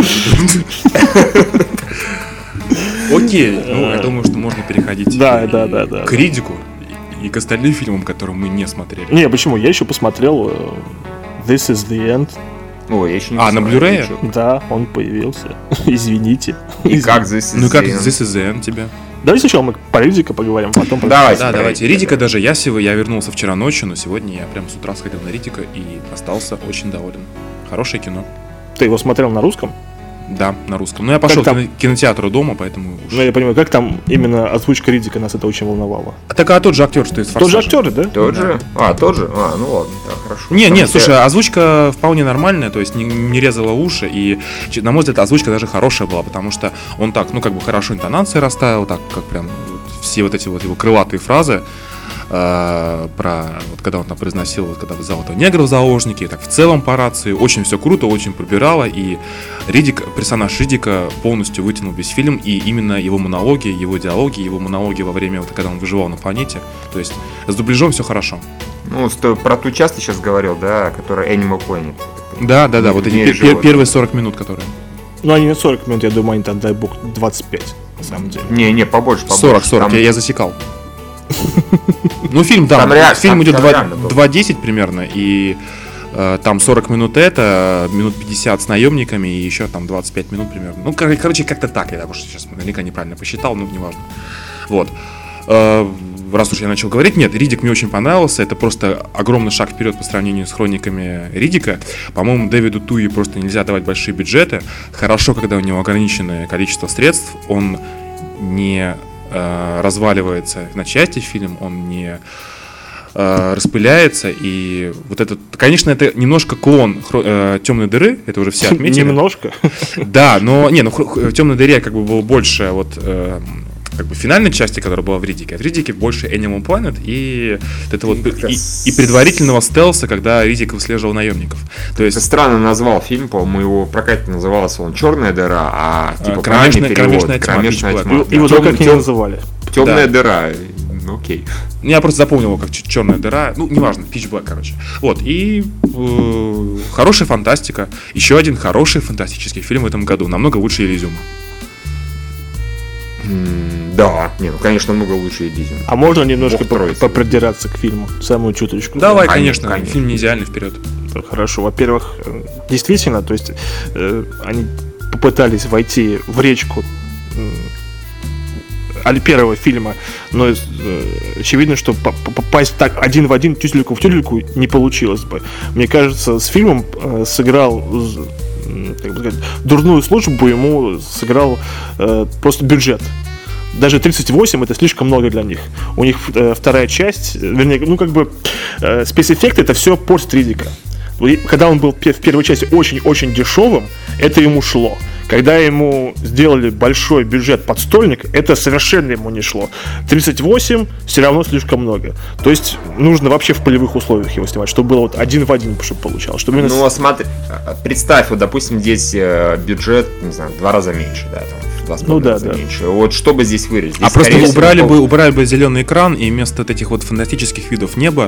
Окей, я думаю, что можно переходить к Ридику и к остальным фильмам, которые мы не смотрели. Не, почему? Я еще посмотрел This is the End. Ой, я еще не на Blu-ray? Да, он появился. Извините. И как This is the End? Ну как This is the End тебе? Давайте сначала мы про Ридика поговорим, потом про... Давайте. Ридика даже я вернулся вчера ночью, но сегодня я прям с утра сходил на Ридика и остался очень доволен. Хорошее кино. Ты его смотрел на русском? Да, на русском. Но я пошел к кинотеатру дома, поэтому... Ну, я понимаю, как там именно озвучка Ридика, нас это очень волновало. Тот же актер, что из «Форсажа». Тот же актер, да? Тот же? Тот же? Ну ладно, так, хорошо. Не, слушай, озвучка вполне нормальная, то есть не резала уши, и, на мой взгляд, озвучка даже хорошая была, потому что он так, хорошо интонации расставил, так, как прям все вот эти вот его крылатые фразы, когда он там произносил, когда взял этого негра в заложники, так в целом по рации, очень все круто, очень пробирало, и персонаж Ридика полностью вытянул весь фильм, и именно его монологи, его диалоги, его монологи во время, когда он выживал на планете, то есть с дубляжом все хорошо. Ну, про ту часть ты сейчас говорил, да, которая Animal Planet. Да, вот эти первые 40 минут, которые. Ну, они не 40 минут, я думаю, они там, дай бог, 25, на самом деле. Не, побольше. 40, там... я засекал. Ну, фильм идет 2:10 примерно, и там 40 минут минут 50 с наемниками, и еще там 25 минут примерно. Ну, короче, как-то так, я сейчас наверняка неправильно посчитал, но неважно. Вот. Раз уж я начал говорить, нет, Ридик мне очень понравился, это просто огромный шаг вперед по сравнению с хрониками Ридика. По-моему, Дэвиду Туи просто нельзя давать большие бюджеты. Хорошо, когда у него ограниченное количество средств, он не разваливается на части фильм, он не распыляется, и вот это, конечно, это немножко клон «Темной дыры», это уже все отметили. Немножко? Да, но в «Темной дыре» как бы было больше как бы финальной части, которая была в Ридике. А в Ридике больше Animal Planet и это вот и предварительного стелса, когда Ридик выслеживал наемников. То есть странно назвал фильм, по-моему, его прокатно назывался он «Черная дыра», а типа кромешная тьма. Его только не называли. «Темная дыра». Окей. Я просто запомнил его как «Черная дыра». Ну, неважно, Pitch Black, короче. Вот, и хорошая фантастика. Еще один хороший фантастический фильм в этом году. Намного лучше «Элизиума». Да, конечно, много лучше «Элизиум». А можно немножко попридираться к фильму? Самую чуточку. Давай, конечно. Фильм не идеальный, вперед. Хорошо. Во-первых, действительно, то есть они попытались войти в речку первого фильма, но очевидно, что попасть так один в один, тюдельку в тюдельку не получилось бы. Мне кажется, с фильмом сыграл как бы сказать, дурную службу ему сыграл просто бюджет. Даже 38 это слишком много для них. У них вторая часть, вернее, спецэффекты это все портит Риддика. Когда он был в первой части очень-очень дешевым, это ему шло. Когда ему сделали большой бюджет подстольник, это совершенно ему не шло. 38 все равно слишком много. То есть нужно вообще в полевых условиях его снимать, чтобы было вот один в один, чтобы получалось. Чтобы именно... Ну, смотри, представь, вот, допустим, здесь бюджет, не знаю, в 2 раза меньше, да, там. Меньше. Вот что бы здесь вырезать? Здесь, просто убрали бы зеленый экран, и вместо этих вот фантастических видов неба,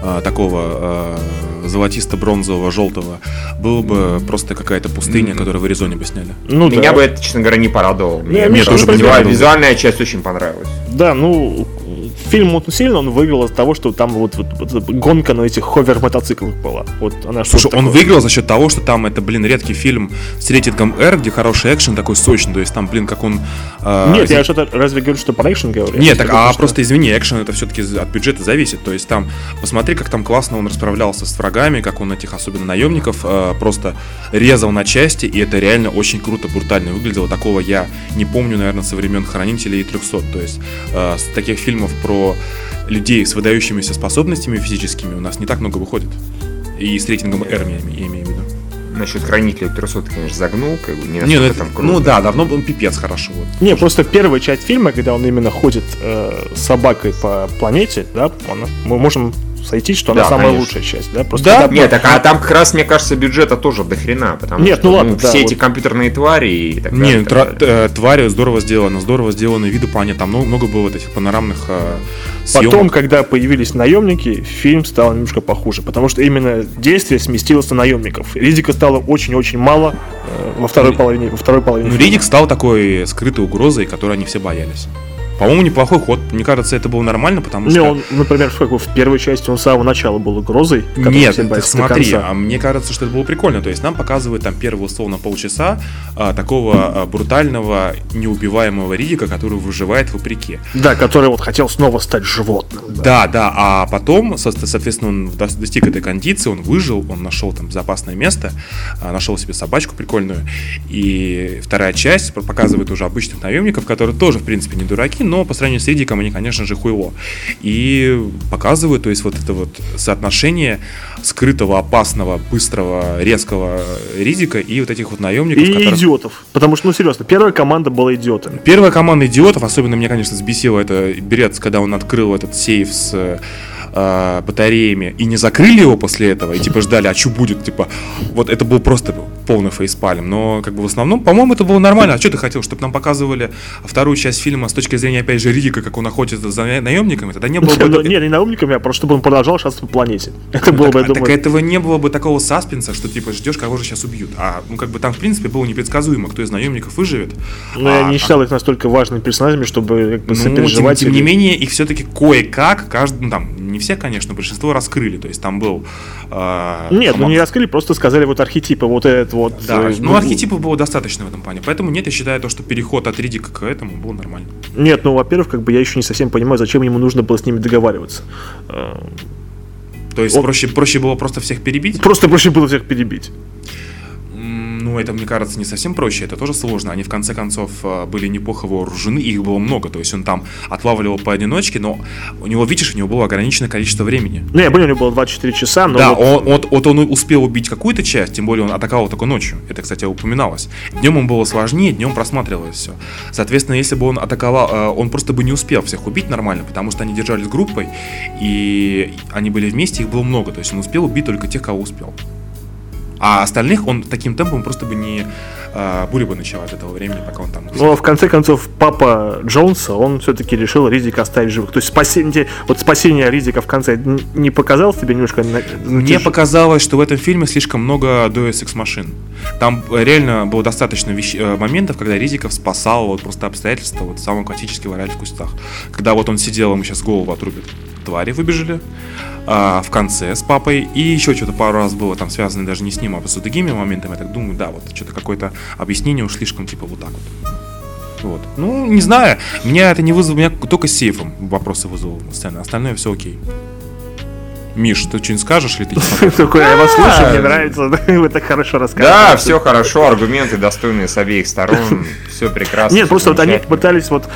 такого золотисто-бронзового, желтого, было бы просто какая-то пустыня, которую в Аризоне бы сняли. Ну, меня бы это, честно говоря, не порадовало. Мне тоже визуальная часть очень понравилась. Да, фильм сильно он выиграл из-за того, что там вот гонка на этих ховер-мотоциклах была. Вот она. Слушай, он выиграл за счет того, что там это, редкий фильм с рейтингом R, где хороший экшен такой сочный, то есть там, как он... Нет, я что-то разве говорю, что про экшен говорю? Нет, просто извини, экшен это все-таки от бюджета зависит, то есть там, посмотри, как там классно он расправлялся с врагами, как он этих, особенно наемников, просто резал на части, и это реально очень круто, брутально выглядело. Такого я не помню, наверное, со времен Хранителей и 300, то есть с таких фильмов про людей с выдающимися способностями физическими у нас не так много выходит. И с рейтингом R я имею в виду. Насчет Хранителей 300 ты, конечно, загнул, не настолько там круто. Ну да, давно он пипец хорошо. Вот. Не, просто первая часть фильма, когда он именно ходит с собакой по планете, да, мы можем сойтись, что она самая лучшая часть, да? Просто нет, а там как раз, мне кажется, бюджета тоже до хрена, потому что все эти компьютерные твари и так далее. Нет, твари здорово сделаны виды по там много было вот этих панорамных съемок. Потом, когда появились наемники, фильм стал немножко похуже, потому что именно действие сместилось на наемников. Риддика стало очень-очень мало во второй половине. Риддик стал такой скрытой угрозой, которой они все боялись. По-моему, неплохой ход. Мне кажется, это было нормально, потому что... он, например, в первой части он с самого начала был угрозой. Нет, ты смотри, мне кажется, что это было прикольно. То есть нам показывают там первые, условно, полчаса такого брутального, неубиваемого Риддика, который выживает вопреки. Да, который вот хотел снова стать животным. Да, а потом, соответственно, он достиг этой кондиции, он выжил, он нашел там безопасное место, нашел себе собачку прикольную. И вторая часть показывает уже обычных наемников, которые тоже, в принципе, не дураки, но по сравнению с Риддиком они, конечно же, хуйло. И показывают, то есть вот это вот соотношение скрытого, опасного, быстрого, резкого Риддика и вот этих вот наемников. И идиотов. Потому что, серьезно, первая команда была идиотами. Первая команда идиотов, особенно меня, конечно, взбесило это Берец, когда он открыл этот сейф с батареями и не закрыли его после этого, и типа ждали, а что будет, типа, вот это был просто полный фейспалм, но как бы в основном, по-моему, это было нормально. А что ты хотел, чтобы нам показывали вторую часть фильма с точки зрения, опять же, Риддика, как он охотится за наемниками? Тогда не было бы... Нет, не наемниками, а просто чтобы он продолжал шастать по планете. Это было бы, я думаю... Так этого не было бы такого саспенса, что типа ждешь, кого же сейчас убьют. А, как бы там, в принципе, было непредсказуемо, кто из наемников выживет. Но я не считал их настолько важными персонажами, чтобы сопереживать. Тем не менее, их все-таки кое-как, не все, конечно, большинство раскрыли, то есть там был... Нет, не раскрыли, просто сказали вот архетипы, вот этот вот... Да, архетипов было достаточно в этом плане, поэтому нет, я считаю, то, что переход от Риддика к этому был нормально. Нет, во-первых, я еще не совсем понимаю, зачем ему нужно было с ними договариваться. То есть проще было просто всех перебить? Просто проще было всех перебить. Это, мне кажется, не совсем проще, это тоже сложно. Они, в конце концов, были неплохо вооружены, их было много, то есть он там отлавливал поодиночке, но у него было ограниченное количество времени. Я понял, у него было 24 часа, но... Да, он успел убить какую-то часть, тем более он атаковал только ночью, это, кстати, упоминалось. Днем ему было сложнее, днем просматривалось все. Соответственно, если бы он атаковал, он просто бы не успел всех убить нормально, потому что они держались группой, и они были вместе, их было много, то есть он успел убить только тех, кого успел. А остальных он таким темпом просто бы не буря бы начала с этого времени, пока он там... Но в конце концов, папа Джонса, он все-таки решил Риддика оставить живых. То есть спасение Риддика в конце не показалось тебе немножко... Мне показалось, что в этом фильме слишком много Deus Ex машин. Там реально было достаточно моментов, когда Риддиков спасал просто обстоятельства, самые классические валяли в кустах. Когда он сидел, ему сейчас голову отрубит. Твари выбежали в конце с папой, и еще что-то пару раз было там связано даже не с ним, а с другими моментами. Я так думаю, да, что-то какое-то объяснение уж слишком вот так вот. Не знаю, меня это не вызвало, меня только с сейфом вопросы вызвало сцены, остальное все окей. Миш, ты что-нибудь скажешь или ты не смотрел? Такой, я вас слушаю, мне нравится, вы так хорошо рассказываете. Да, все хорошо, аргументы достойные с обеих сторон, все прекрасно. Нет, просто вот они пытались вот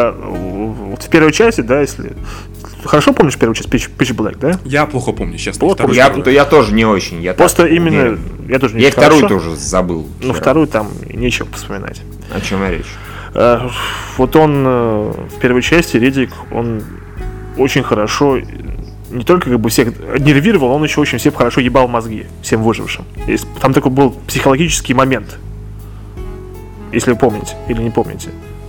в первой части, да, если... Хорошо помнишь первую часть Pitch Black, да? Я плохо помню, честно. Я тоже не очень. Просто именно... Я тоже не Я вторую тоже забыл. Ну, вторую там нечего вспоминать. О чем речь? Вот он в первой части, Риддик, он очень хорошо... Не только как бы всех нервировал, он еще очень всем хорошо ебал мозги, всем выжившим. Там такой был психологический момент. Если вы помните или не помните.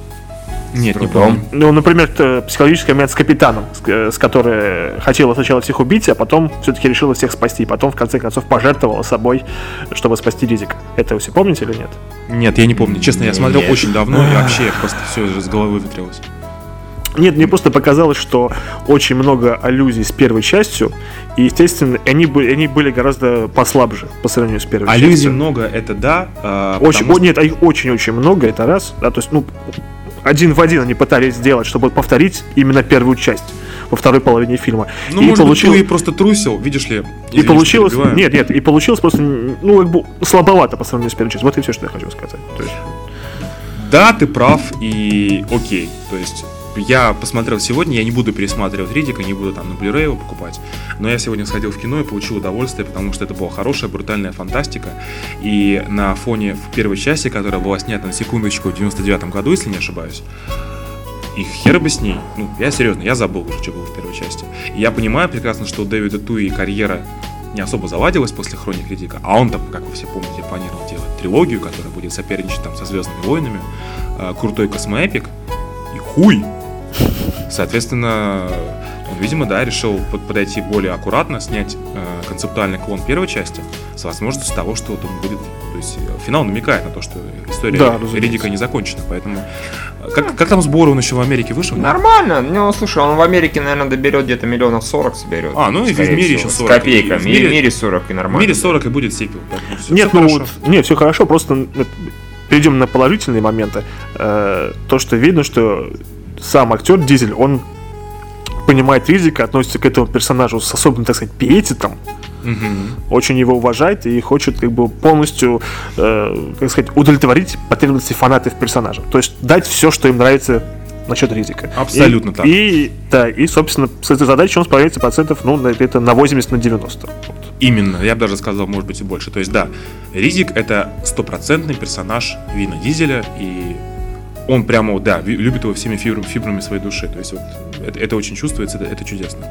Нет, не помню. Ну, например, психологический момент с капитаном, с которой хотела сначала всех убить, а потом все-таки решила всех спасти. Потом, в конце концов, пожертвовала собой, чтобы спасти Риддика. Это вы все помните или нет? Нет, я не помню. Честно, я смотрел очень давно, и вообще просто все с головы выветрилось. Нет, мне просто показалось, что очень много аллюзий с первой частью, и, естественно, они были гораздо послабже по сравнению с первой частью. Аллюзий много, это да. Нет, их очень-очень много, это раз. Да, то есть, один в один они пытались сделать, чтобы повторить именно первую часть во второй половине фильма. Ну, и может быть, ты просто трусил, видишь ли. И получилось... Нет, и получилось просто, как бы слабовато по сравнению с первой частью. Вот и все, что я хочу сказать. То есть... Да, ты прав, и окей. То есть... Я посмотрел сегодня, я не буду пересматривать Риддика, не буду там на Blu-ray его покупать, но я сегодня сходил в кино и получил удовольствие, потому что это была хорошая, брутальная фантастика, и на фоне первой части, которая была снята на секундочку в 99-м году, если не ошибаюсь, и хер бы с ней, я серьезно, я забыл уже, что было в первой части. И я понимаю прекрасно, что у Дэвида Туи карьера не особо заладилась после «Хроник Риддика», а он там, как вы все помните, планировал делать трилогию, которая будет соперничать там со «Звездными войнами», крутой космоэпик, и хуй! Соответственно, он, видимо, решил подойти более аккуратно, снять концептуальный клон первой части с возможностью того, что вот он будет... То есть финал намекает на то, что история Риддика не закончена, поэтому... Как там сборы, он еще в Америке вышел? Нормально. Слушай, он в Америке, наверное, доберет где-то 40 миллионов соберет. И в мире еще 40. С копейками. В мире 40 и нормально. В мире 40 и будет сиквел. Нет, все хорошо, просто перейдем на положительные моменты. То, что видно, что сам актер Дизель, он понимает Риддика, относится к этому персонажу с особым, так сказать, пиететом, очень его уважает и хочет как бы полностью, как сказать, удовлетворить потребности фанатов персонажа. То есть дать все, что им нравится насчет Риддика. Абсолютно так. И, собственно, с этой задачей он справляется процентов, это на 80-90. Именно, я бы даже сказал, может быть и больше. То есть, да, Риддик — это стопроцентный персонаж Вина Дизеля, и он прямо, любит его всеми фибрами своей души. То есть, это очень чувствуется, это чудесно.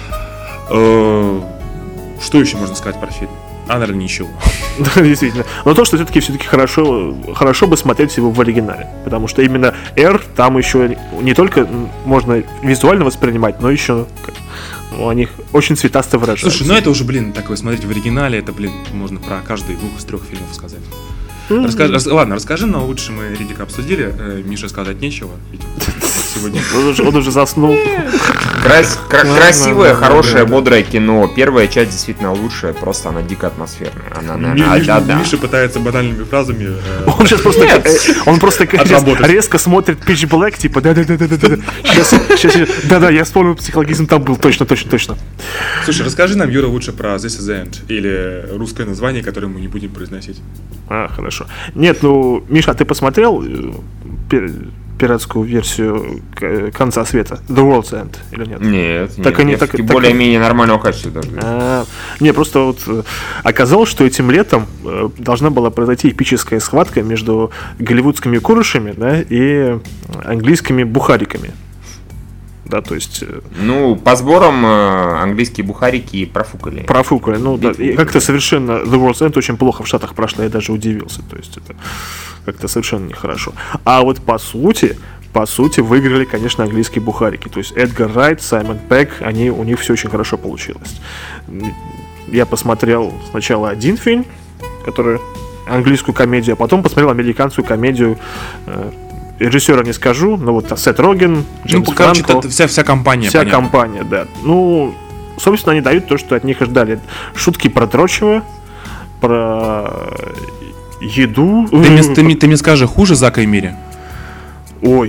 Что еще можно сказать про фильм? Наверное, ничего. Да, действительно. Но то, что все-таки хорошо бы смотреть его в оригинале. Потому что именно R там еще не только можно визуально воспринимать, но еще у них очень цветасто выражается. Слушай, это уже, такое смотреть в оригинале, это, можно про каждый 2 из 3 фильмов сказать. Расскажи, но лучше мы Риддика обсудили. Мише сказать нечего. Сегодня. Он уже заснул. Красивое, хорошее, бодрое кино. Первая часть действительно лучшая, просто она дико атмосферная. Миша пытается банальными фразами. Он просто резко смотрит Pitch Black, типа да-да-да-да-да. Сейчас, да-да, я вспомнил, психологизм там был, точно. Слушай, расскажи нам, Юра, лучше про This Is the End, или русское название, которое мы не будем произносить. Хорошо. Нет, Миша, а ты посмотрел пиратскую версию «Конца света» The World's End или нет? Нет, более-менее нормального качества даже. Не, просто оказалось, что этим летом должна была произойти эпическая схватка между голливудскими курышами, и английскими бухариками. Да, то есть... по сборам английские бухарики профукали. И как-то совершенно The World's End очень плохо в Штатах прошло, я даже удивился. То есть это как-то совершенно нехорошо. А вот по сути выиграли, конечно, английские бухарики. То есть Эдгар Райт, Саймон Пегг, у них все очень хорошо получилось. Я посмотрел сначала один фильм, который английскую комедию, а потом посмотрел американскую комедию. Режиссера не скажу, но Сет Роген, Джеймс Франко. Это вся компания. Вся компания, да. Собственно, они дают то, что от них ожидали. Шутки про Трочева, про еду. Ты мне скажи, хуже Зака и Мири? Ой,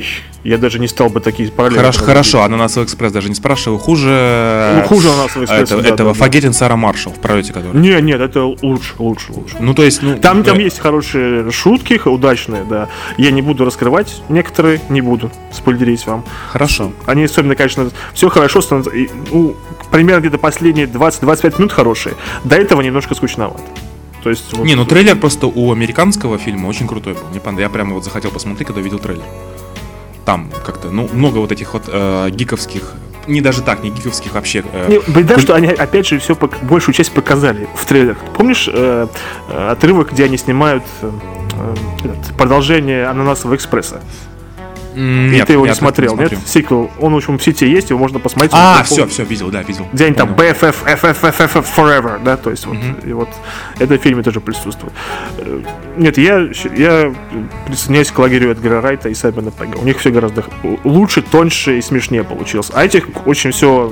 Я даже не стал бы такие параллели. Хорошо, Ананасовый экспресс даже не спрашиваю. Хуже Ананасовый экспресс. Этого Forgetting Sarah Marshall в пролете который. Нет, это лучше. Ну, то есть, там есть хорошие шутки, удачные, да. Я не буду раскрывать некоторые, не буду спойлерить вам. Хорошо. Они особенно, конечно, все хорошо становится. Примерно где-то последние 20-25 минут хорошие. До этого немножко скучновато. То есть, трейлер просто у американского фильма очень крутой был. Я прямо захотел посмотреть, когда увидел трейлер. Там как-то, много вот этих вот гиковских, не гиковских вообще. Что они, опять же, все большую часть показали в трейлерах. Помнишь отрывок, где они снимают продолжение «Ананасового экспресса»? И ты его не смотрел, нет? Сиквел, он, в общем, в сети есть, его можно посмотреть. Все, видел. Где они там BFF, FFFF Forever, да, то есть и вот это в фильме тоже присутствует. Нет, я присоединяюсь к лагерю Эдгара Райта и Саймона Пегга. У них все гораздо лучше, тоньше и смешнее получилось. А этих очень все,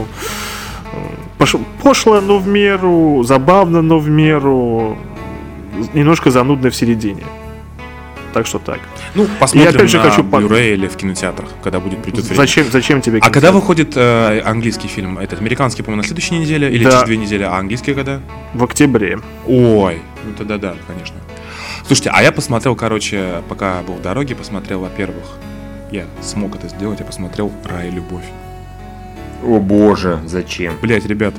пошло, но в меру, забавно, но на немножко занудно в середине. Так что так. Посмотрим на Blu-ray или в кинотеатрах, когда придет время. Зачем тебе кинотеатр? А когда выходит английский фильм? Этот американский, по-моему, на следующей неделе или через 2 недели, а английский когда? В октябре. Ой, тогда да, конечно. Слушайте, а я посмотрел, пока был в дороге, во-первых, я смог это сделать, я посмотрел «Рай и любовь». О боже, зачем? Блять, ребят,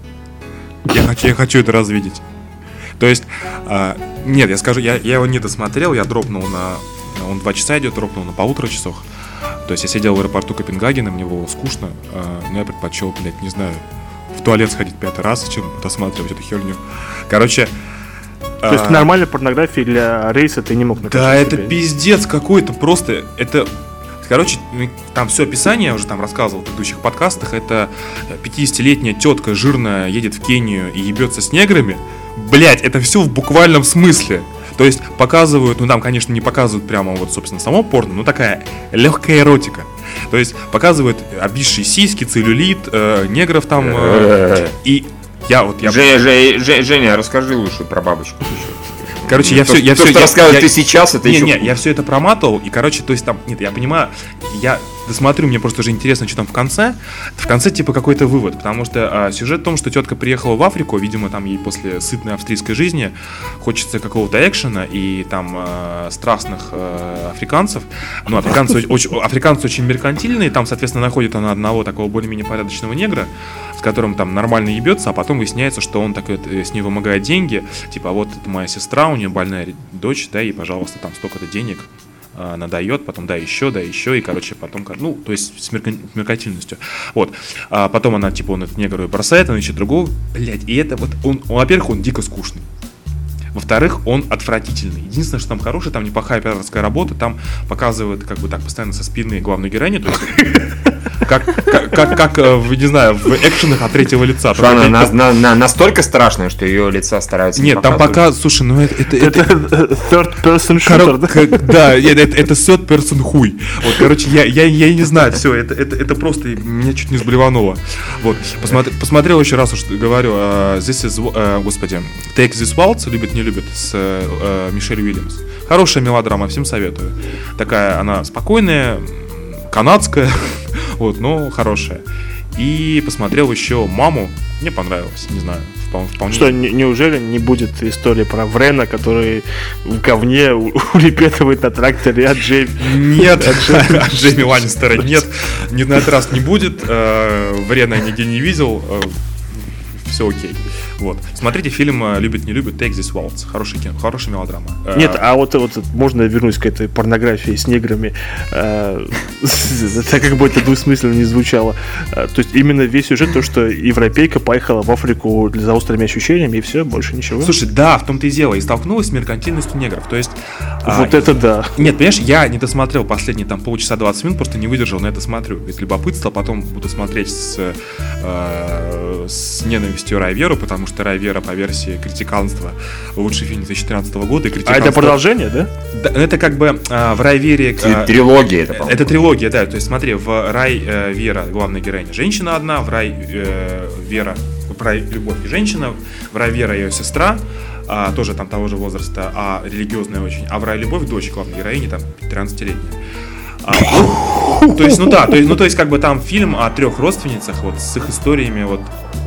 я хочу это развидеть. То есть, нет, я скажу, я его не досмотрел, я дропнул он 2 часа идет, дропнул на 1,5 часов. То есть я сидел в аэропорту Копенгагена, мне было скучно, но я предпочел, не знаю, в туалет сходить 5 раз, чем досматривать эту херню. Короче... То есть нормальной порнографии для рейса ты не мог накачать? Да, это пиздец какой-то, просто, это... Короче, там все описание, я уже там рассказывал в предыдущих подкастах, это 50-летняя тетка жирная едет в Кению и ебется с неграми. Блять, это все в буквальном смысле. То есть показывают, там, конечно, не показывают прямо собственно, само порно, но такая легкая эротика. То есть показывают обвисшие сиськи, целлюлит, негров там. И я... Женя, расскажи лучше про бабочку. Короче, я все рассказываю ты сейчас, это еще... я все это проматывал, и, то есть там, я понимаю, я досмотрю, мне просто уже интересно, что там в конце. В конце, какой-то вывод, потому что сюжет в том, что тетка приехала в Африку, видимо, там ей после сытной австрийской жизни хочется какого-то экшена и там страстных африканцев. Африканцы очень меркантильные, там, соответственно, находит она одного такого более-менее порядочного негра, с которым там нормально ебется, а потом выясняется, что он с ней вымогает деньги, вот это моя сестра, у нее больная дочь, дай ей, пожалуйста, там столько-то денег. Она дает, потом еще, и, потом, то есть с меркантильностью. Вот. А потом она, он этот негр ее бросает, она ищет другого, и это он, во-первых, он дико скучный. Во-вторых, он отвратительный. Единственное, что там хорошее, там неплохая операторская работа, там показывают, постоянно со спины главную героиню, то есть как не знаю, в экшенах от третьего лица. Что она настолько страшная, что ее лица стараются не показывать? Нет, там пока, слушай, это third person shooter, да, это third person хуй. Я не знаю, все, это просто меня чуть не сблевануло. Посмотрел еще раз, уж говорю, Take This Waltz, любит, не любит, с Мишель Уильямс. Хорошая мелодрама, всем советую. Такая она спокойная, канадская, но хорошая. И посмотрел еще «Маму», мне понравилось, не знаю, вполне. Что, неужели не будет истории про Врена, который в говне улепетывает на тракторе от Джейми? Нет, от Джейми Ланнистера нет, ни на этот раз не будет. Врена я нигде не видел, все окей. Смотрите фильм «Любит, не любит», Take This Waltz. Хорошая мелодрама. Нет, а можно вернусь к этой порнографии с неграми. Так как бы это двусмысленно не звучало. То есть именно весь сюжет, то, что европейка поехала в Африку за острыми ощущениями, и все, больше ничего. Слушай, да, в том-то и дело. И столкнулась с меркантильностью негров. То есть... это да. Нет, понимаешь, я не досмотрел последние полчаса 20 минут, просто не выдержал, на это смотрю. Из любопытства, потом буду смотреть с ненавистью Рай Веру, потому что Рай Вера по версии критиканства лучший фильм 2013 года. А это продолжение, да? Да, это в Рай Вере... Трилогия это, это трилогия, да. То есть смотри, в Рай Вера главная героиня женщина одна, в Рай Вера, в Рай Любовь и женщина, в Рай Вера ее сестра, тоже там того же возраста, религиозная очень, а в Рай Любовь дочь главной героини, там 13-летняя. То есть, как бы там фильм о 3 родственницах, вот, с их историями, вот,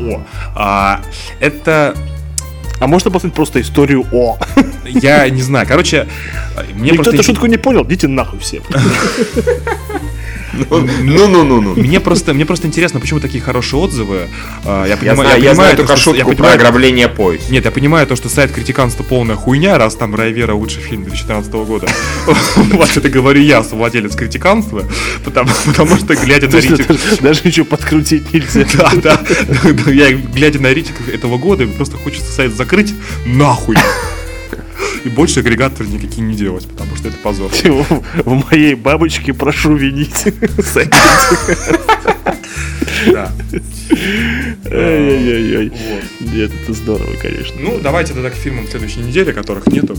это... А можно посмотреть просто историю О? Я не знаю, короче, мне просто... Кто-то шутку не понял, идите нахуй все. Ну. Мне просто интересно, почему такие хорошие отзывы. Я знаю только шутку про ограбление поезда. Нет, я понимаю то, что сайт критиканства полная хуйня, раз там Райвера лучший фильм 2014 года. Вот это говорю я, владелец критиканства, потому что, глядя на рейтинг... Даже ничего подкрутить нельзя. Да. Я, глядя на рейтинг этого года, просто хочется сайт закрыть нахуй. И больше агрегаторы никакие не делать, потому что это позор. В моей бабочке прошу винить. Да. Ай-яй-яй. Нет, это здорово, конечно. Ну, давайте тогда к фильмам следующей недели, которых нету.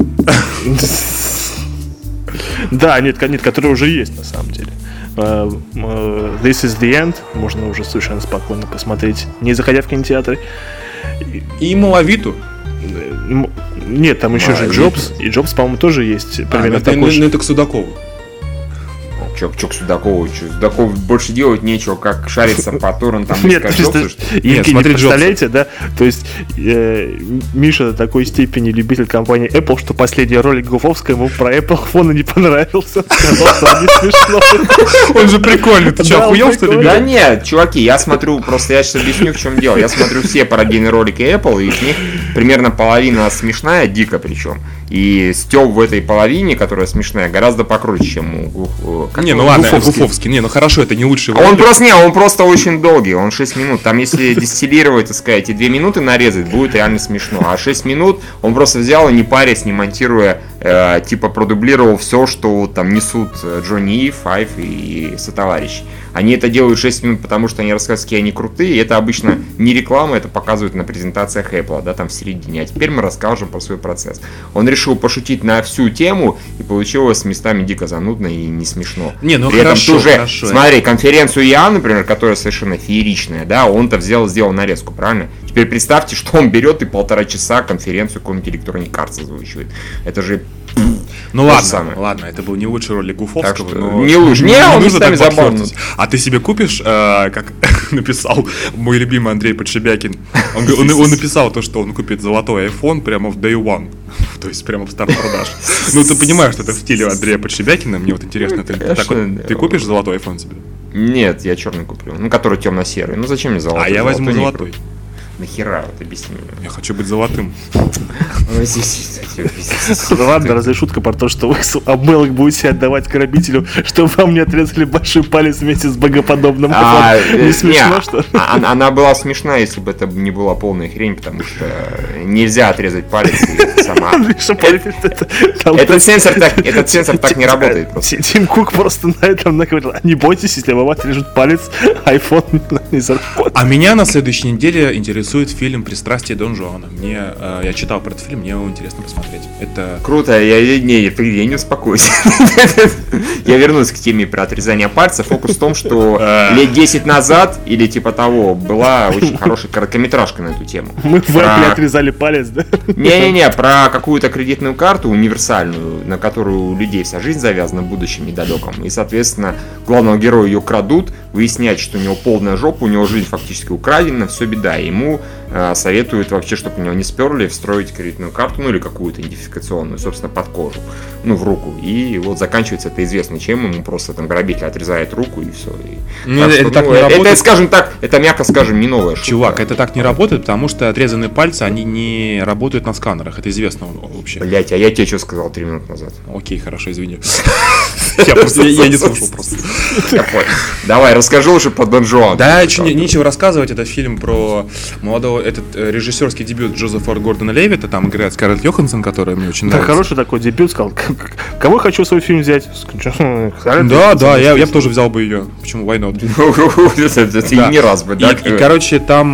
Да, нет, которые уже есть на самом деле. This is the End можно уже совершенно спокойно посмотреть, не заходя в кинотеатры. И Малавиту. Нет, там еще же Джобс. И Джобс, по-моему, тоже есть. Примерно такой же. Ну, это к Судакову. Чё к Судакову? Судакову больше делать нечего, как шариться по торрентам искать Джобса. Нет, представляете, да? То есть Миша до такой степени любитель компании Apple, что последний ролик Гуфовского ему про Apple фона не понравился. Сказал, что он не смешной. Он же прикольный. Ты что, охуел, что ли? Да нет, чуваки, я смотрю, просто я сейчас объясню, в чем дело. Я смотрю все пародийные ролики Apple, и из них примерно половина смешная, дико причем. И стёб в этой половине, которая смешная, гораздо покруче, чем у... Не, ну ладно, Гуфовский. Не, ну хорошо, это не лучший ролик. Он просто очень долгий, он 6 минут. Там если дистиллировать, так сказать, и 2 минуты нарезать, будет реально смешно. А 6 минут он просто взял и не парясь, не монтируя, типа продублировал все, что там несут Джонни Ив, Айв и сотоварищи. Они это делают 6 минут, потому что они рассказывают, какие они крутые. И это обычно не реклама, это показывают на презентациях Apple, да, там в середине. А теперь мы расскажем про свой процесс. Он решил пошутить на всю тему, и получилось местами дико занудно и не смешно. Не, ну при хорошо, этом хорошо. Смотри, конференцию ИА, например, которая совершенно фееричная, да, он-то сделал нарезку, правильно? Теперь представьте, что он берет и 1,5 часа конференцию какой-нибудь Electronic Arts озвучивает. Это же... Ну ладно, это был не лучший ролик Гуфовского, но... Не лучше, он местами забавно. А ты себе купишь, как написал мой любимый Андрей Подшибякин, он написал то, что он купит золотой iPhone прямо в Day One, то есть прямо в старт продаж. Ну ты понимаешь, что это в стиле Андрея Подшибякина, мне вот интересно, ты купишь золотой iPhone себе? Нет, я черный куплю, который темно-серый, ну зачем мне золотой? А я возьму золотой. Нахера, вот объясни мне. Я хочу быть золотым. Ладно, разве шутка про то, что вы обмылок будете отдавать грабителю, чтобы вам не отрезали большой палец вместе с богоподобным. Не смешно, что? Она была смешна, если бы это не была полная хрень, потому что нельзя отрезать палец сама. Этот сенсор так не работает просто. Тим Кук просто на этом говорил: не бойтесь, если вам отрежут палец, iPhone не заработает. А меня на следующей неделе интересует фильм «Пристрастие Дон Жуана». Я читал про этот фильм, мне его интересно посмотреть. Это круто, я не успокоюсь. Я вернусь к теме про отрезание пальцев. Фокус в том, что лет 10 назад, или типа того, была очень хорошая короткометражка на эту тему. Мы в Apple отрезали палец, да? Не-не-не, про какую-то кредитную карту универсальную, на которую у людей вся жизнь завязана в будущем недалеком. И, соответственно, главного героя ее крадут, выясняют, что у него полная жопа, у него жизнь фактически украдена, все беда. И ему советуют вообще, чтобы у него не сперли, встроить кредитную карту, ну или какую-то идентификационную, собственно, под кожу, ну, в руку. И вот заканчивается это известно чем, ему просто там грабитель отрезает руку и все. Это, скажем так, это, мягко скажем, не новая штука. Чувак, это так не работает, потому что отрезанные пальцы, они не работают на сканерах, это известно вообще. Блять, а я тебе что сказал 3 минуты назад? Окей, хорошо, извини. Я не слушал просто. Давай, расскажи уже про Дон Жуан. Да, нечего рассказывать, это фильм про молодого, этот режиссерский дебют Джозефа Гордона Левита, там играет Скарлетт Йоханссон, которая мне очень нравится. Да, хороший такой дебют, сказал, кого я хочу в свой фильм взять? Да, я бы тоже взял бы ее. Почему, why not? Это не раз бы, да? И, короче, там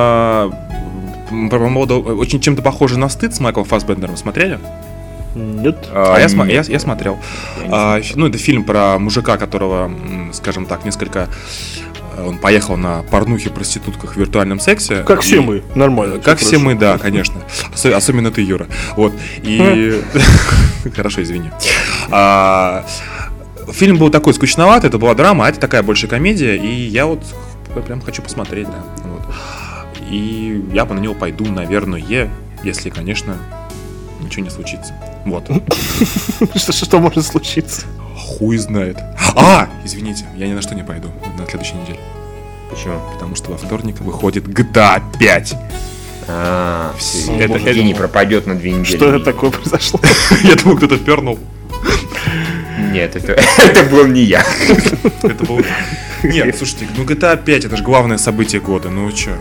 очень чем-то похоже на «Стыд» с Майклом Фассбендером, смотрели? Нет. Я смотрел. Ну, это фильм про мужика, которого, скажем так, он поехал на порнухе, проститутках в виртуальном сексе. Как все мы, нормально. Как все мы, да, конечно. Особенно ты, Юра. Вот. И... Хорошо, извини. фильм был такой скучноватый, это была драма, а это такая больше комедия, и я вот прям хочу посмотреть, да. Вот. И я на него пойду, наверное, если, конечно, ничего не случится. Вот. Что может случиться? Хуй знает. Извините, я ни на что не пойду на следующей неделе. Почему? Потому что во вторник выходит GTA 5. Это не пропадет на 2 недели. Что это такое произошло? Я думал, кто-то пернул. Нет, это был не я. Это был... Нет, слушайте, GTA 5 это же главное событие года, ну чё?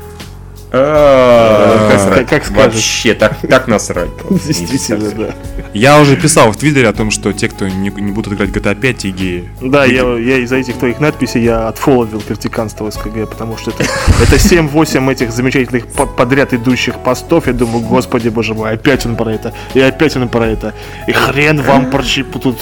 Как скажешь. Вообще, так насрать. Действительно, да. Я уже писал в Твиттере о том, что те, кто не будут играть GTA 5, и геи. Да, я из-за этих твоих надписей я отфолловил Киртиканство в СКГ, потому что это 7-8 этих замечательных подряд идущих постов. Я думаю, господи, боже мой, опять он про это, и опять он про это. И хрен вам тут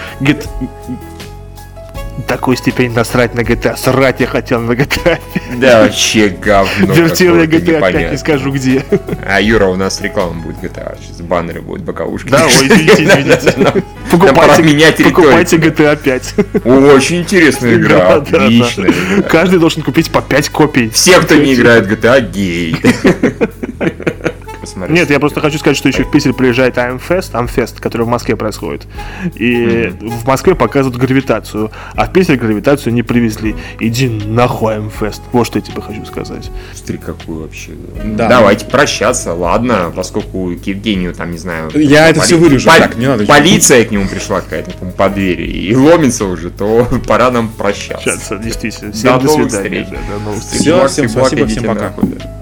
такой степень насрать на GTA. Срать я хотел на GTA 5. Да, вообще говно. Вертел я GTA 5, не скажу где. А Юра, у нас реклама будет GTA. Сейчас баннеры будут, боковушки. Да, ой, извините. Покупайте GTA 5. Очень интересная игра, отличная. Каждый должен купить по 5 копий. Все, кто не играет в GTA, гей. Нет, я просто хочу сказать, что еще в Питер приезжает Амфест, который в Москве происходит. И в Москве показывают гравитацию, а в Питер гравитацию не привезли. Иди нахуй Амфест. Вот что я тебе хочу сказать. Смотри, какую вообще. Да. Давайте прощаться, ладно, поскольку к Евгению там, не знаю... Я это все вырежу. Так, не надо. Полиция к нему пришла какая-то по двери и ломится уже, то пора нам прощаться. Действительно. Всем до свидания. До новых встреч. Всем спасибо, всем пока.